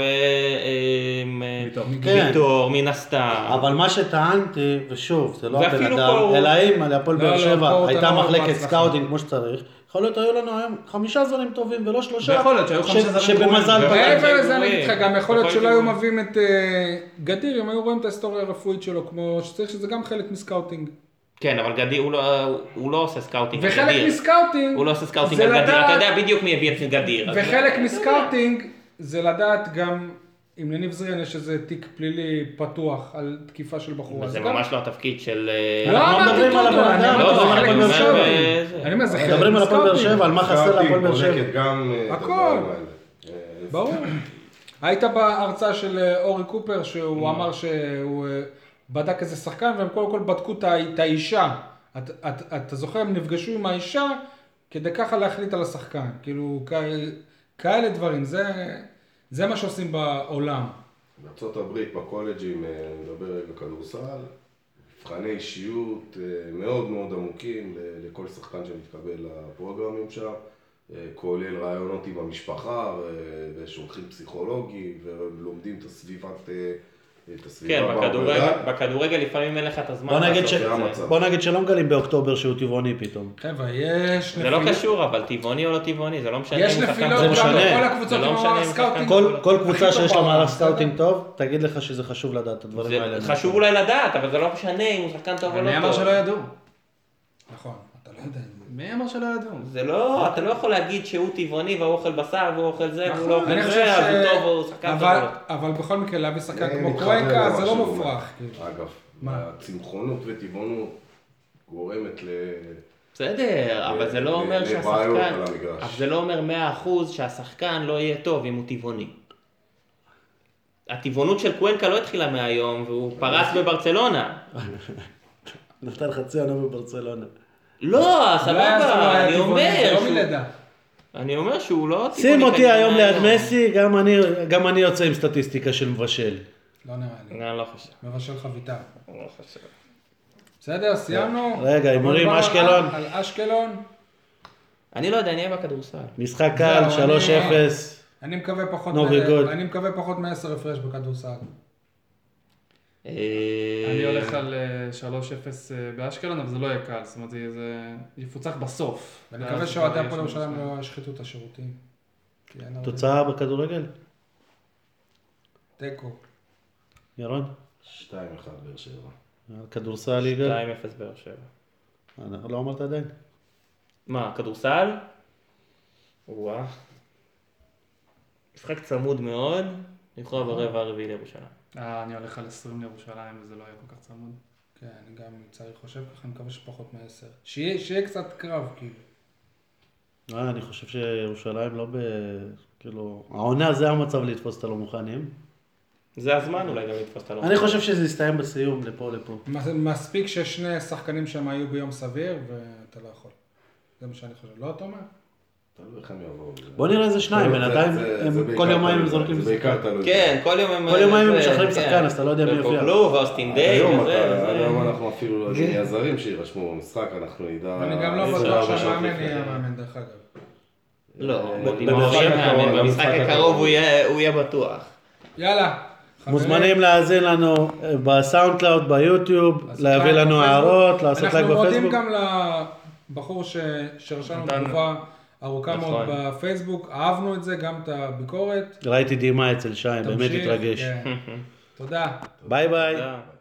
Speaker 4: ויטור, מן הסתם.
Speaker 3: אבל מה שטענתי, ושוב, זה לא הבן
Speaker 4: ואפילו
Speaker 3: אדם,
Speaker 4: פה-
Speaker 3: אלא אם להפועל באר
Speaker 2: לא,
Speaker 3: שבע
Speaker 2: פה
Speaker 3: הייתה
Speaker 2: אתה לא
Speaker 3: מחלקת
Speaker 2: בהצלחה.
Speaker 3: סקאוטינג כמו שצריך, יכול להיות היו לנו היום 5 זרים טובים ולא 3.
Speaker 5: ויכול להיות שהיו 5 זרים
Speaker 3: שבמזל
Speaker 5: טובים.
Speaker 3: פגע.
Speaker 2: מעבר לזה אני אגיד לך, גם יכול להיות
Speaker 4: יכול
Speaker 2: שלא
Speaker 4: להיות
Speaker 2: היו מביאים את גדיר, אם היו רואים את ההיסטוריה הרפואית שלו כמו שצריך, שזה גם חלק מסקאוטינג.
Speaker 4: כן, אבל גדיר, הוא לא עושה סקאוטינג על
Speaker 2: וחלק
Speaker 4: גדיר.
Speaker 2: מסקאוטינג,
Speaker 4: הוא לא עושה סקאוטינג
Speaker 2: זה
Speaker 4: על גדיר,
Speaker 2: לדעת-
Speaker 4: אתה יודע בדיוק מי הביא את גדיר. אז-
Speaker 2: וחלק מסקאוטינג זה לדעת גם אם לניב זריאן יש איזה תיק פלילי פתוח על תקיפה של בחורה.
Speaker 4: זה
Speaker 2: גם-
Speaker 4: ממש לא התפקיד של...
Speaker 2: לא
Speaker 3: אנחנו
Speaker 2: אמרתי
Speaker 3: מדברים על
Speaker 2: טוטו,
Speaker 3: הבן
Speaker 2: אני
Speaker 3: אדם,
Speaker 2: אמרתי
Speaker 4: לא,
Speaker 2: זה
Speaker 3: מדברים
Speaker 2: חלק
Speaker 3: על הפועל באר
Speaker 2: מסקאוטינג.
Speaker 4: שבע.
Speaker 2: אני אומר זה חלק
Speaker 3: מדברים על הפועל באר
Speaker 2: מסקאוטינג.
Speaker 3: שבע, על מה חסר להפועל באר שבע.
Speaker 6: בודקת גם את
Speaker 2: הכל.
Speaker 6: הדברים האלה.
Speaker 2: ברור. היית בהרצאה של אורי קופר שהוא אמר שהוא בדק איזה שחקן והם קודם כל בדקו את האישה. אתה זוכר, הם נפגשו עם האישה כדי ככה להחליט על השחקן. כאילו כאלה דברים, זה מה שעושים בעולם.
Speaker 6: בארצות הברית, בקולג'ים, מדבר רגע כדורסל, מבחני אישיות מאוד מאוד עמוקים לכל שחקן שמתקבל לפרוגרמים שם, כולל רעיונות עם המשפחה ושולחים פסיכולוגים ולומדים את הסביבה
Speaker 4: כן,
Speaker 6: בעבודה.
Speaker 4: בכדורגל לפעמים אין לך את הזמן
Speaker 3: בוא נגיד
Speaker 4: לעשות את זה.
Speaker 6: המצב.
Speaker 3: בוא נגיד שלא מגלים באוקטובר שהוא טבעוני פתאום.
Speaker 2: חבר'ה, יש
Speaker 4: זה לא קשור, אבל טבעוני או לא טבעוני, זה לא משנה.
Speaker 2: יש
Speaker 4: אם הוא שחקן
Speaker 2: נפילות
Speaker 3: זה
Speaker 2: גם
Speaker 3: משנה.
Speaker 2: בכל הקבוצות
Speaker 4: זה לא
Speaker 2: עם
Speaker 4: משנה אם
Speaker 2: המערך
Speaker 4: הוא
Speaker 2: סקאוטינג.
Speaker 3: כל קבוצה
Speaker 2: הכי טוב
Speaker 3: שיש לה
Speaker 2: בעולם,
Speaker 3: מערך
Speaker 2: בסדר?
Speaker 3: סקאוטינג טוב, תגיד לך שזה חשוב לדעת את הדברים האלה.
Speaker 4: זה חשוב אולי לדעת, אבל זה לא משנה אם הוא שחקן טוב או לא
Speaker 5: מי אמר
Speaker 4: טוב.
Speaker 5: שלא ידעו?
Speaker 2: נכון, אתה לא יודע.
Speaker 5: מי אמר שלא ידעו?
Speaker 4: זה לא, אתה לא יכול להגיד שהוא טבעוני והוא אוכל בשר והוא אוכל זה והוא לא
Speaker 2: נכון, אני
Speaker 4: אוכל
Speaker 2: חושב
Speaker 4: זה, אז הוא טוב
Speaker 2: ש...
Speaker 4: והוא שחקן טוב. או לא.
Speaker 2: אבל בכל מקרה להביא שחקן
Speaker 6: אני
Speaker 2: כמו
Speaker 6: מתחבר
Speaker 2: קוונקה
Speaker 6: למה
Speaker 2: זה לא
Speaker 6: שהוא
Speaker 2: מופרך.
Speaker 6: אומר.
Speaker 2: כאילו.
Speaker 6: אגב,
Speaker 2: מה?
Speaker 6: הצמחונות וטבעונות גורמת
Speaker 4: בסדר, אבל זה לא אומר
Speaker 6: לבעיות
Speaker 4: שהשחקן,
Speaker 6: על המגרש.
Speaker 4: אבל זה לא אומר 100% שהשחקן לא יהיה טוב אם הוא טבעוני. הטבעונות של קוונקה לא התחילה מהיום והוא פרץ בברצלונה.
Speaker 3: נפתח חצי עונה בברצלונה.
Speaker 4: לא,
Speaker 2: לא היה
Speaker 4: סבבה, אני
Speaker 2: טבעוני, זה
Speaker 4: אומר
Speaker 2: לא
Speaker 4: שהוא...
Speaker 2: מלידה.
Speaker 4: אני אומר שהוא לא טבעוני.
Speaker 3: שים אותי
Speaker 4: כנראה
Speaker 3: היום ליד
Speaker 4: מהיום.
Speaker 3: מסי, גם אני יוצא עם סטטיסטיקה של מבשל.
Speaker 2: לא נראה לי.
Speaker 4: אני לא חושב.
Speaker 2: מבשל חביתה.
Speaker 4: אני לא חושב.
Speaker 2: בסדר, סיימנו.
Speaker 3: רגע, הימורים,
Speaker 2: בוא נדבר
Speaker 3: אשקלון.
Speaker 2: על אשקלון.
Speaker 4: אני לא יודע, אני אהיה בכדורסל.
Speaker 3: משחק קל,
Speaker 2: זהו,
Speaker 3: 3-0.
Speaker 2: אני מקווה פחות
Speaker 3: No very good.
Speaker 2: אני מקווה פחות מ-10 הפרש בכדורסל.
Speaker 5: אני הולך על 3-0 באשקלון, אבל זה לא יהיה קל, זאת אומרת זה יפוצח בסוף.
Speaker 2: ואני מקווה שאוהדי הפועל ירושלים לא ישחיתו את השירותים. כי אין הרבה-
Speaker 3: תוצאה בכדורגל?
Speaker 2: תיקו.
Speaker 3: ירון?
Speaker 6: 2-1 באר שבע.
Speaker 3: כדורסל ליגה.
Speaker 4: 2-0 באר שבע.
Speaker 3: אנחנו לא אמרת עדיין.
Speaker 4: מה, כדורסל? וואה. משחק צמוד מאוד, יכולה ברבע הרביעי לירושלים.
Speaker 5: אני הולך על 20 לירושלים וזה לא יהיה כל כך צמוד.
Speaker 2: כן, אני גם צריך חושב ככה, אני מקווה שפחות מ10. שיהיה קצת קרב, כאילו.
Speaker 3: אני חושב שירושלים לא כאילו, העונה זה המצב לתפוס את הלא מוכנים.
Speaker 4: זה הזמן אולי גם לתפוס את הלא.
Speaker 3: אני חושב שזה יסתיים בסיום, לפה.
Speaker 2: מספיק ששני שחקנים שם היו ביום סביר, ואתה לא יכול. זה מה שאני חושב. לא, אתה אומר?
Speaker 6: תלוי איך הם יבואו.
Speaker 3: בוא נראה איזה שניים, בינתיים כל יומיים הם זורקים
Speaker 6: זה בעיקר תלוי.
Speaker 4: כן, כל יום
Speaker 3: הם משחררים שחקן, אז אתה לא יודע מי יופיע.
Speaker 4: וקוגלו ואוסטין דיי וזה.
Speaker 6: היום אנחנו אפילו לא יודעים מי הזרים שירשמו במשחק, אנחנו נדע...
Speaker 2: אני גם לא בטוח שהמאמן יהיה המאמן, דרך אגב.
Speaker 4: לא, במשחק הקרוב הוא יהיה בטוח.
Speaker 2: יאללה.
Speaker 3: מוזמנים להאזין לנו בסאונד קלאוד, ביוטיוב, להביא לנו הערות, לעשות לייק בפייסבוק.
Speaker 2: אנחנו מודים גם לבחור שרשנו תגובה ארוכה מאוד בפייסבוק, אהבנו את זה, גם את הביקורת.
Speaker 3: ראיתי דימה אצל שי, באמת התרגש.
Speaker 2: תודה.
Speaker 3: ביי ביי.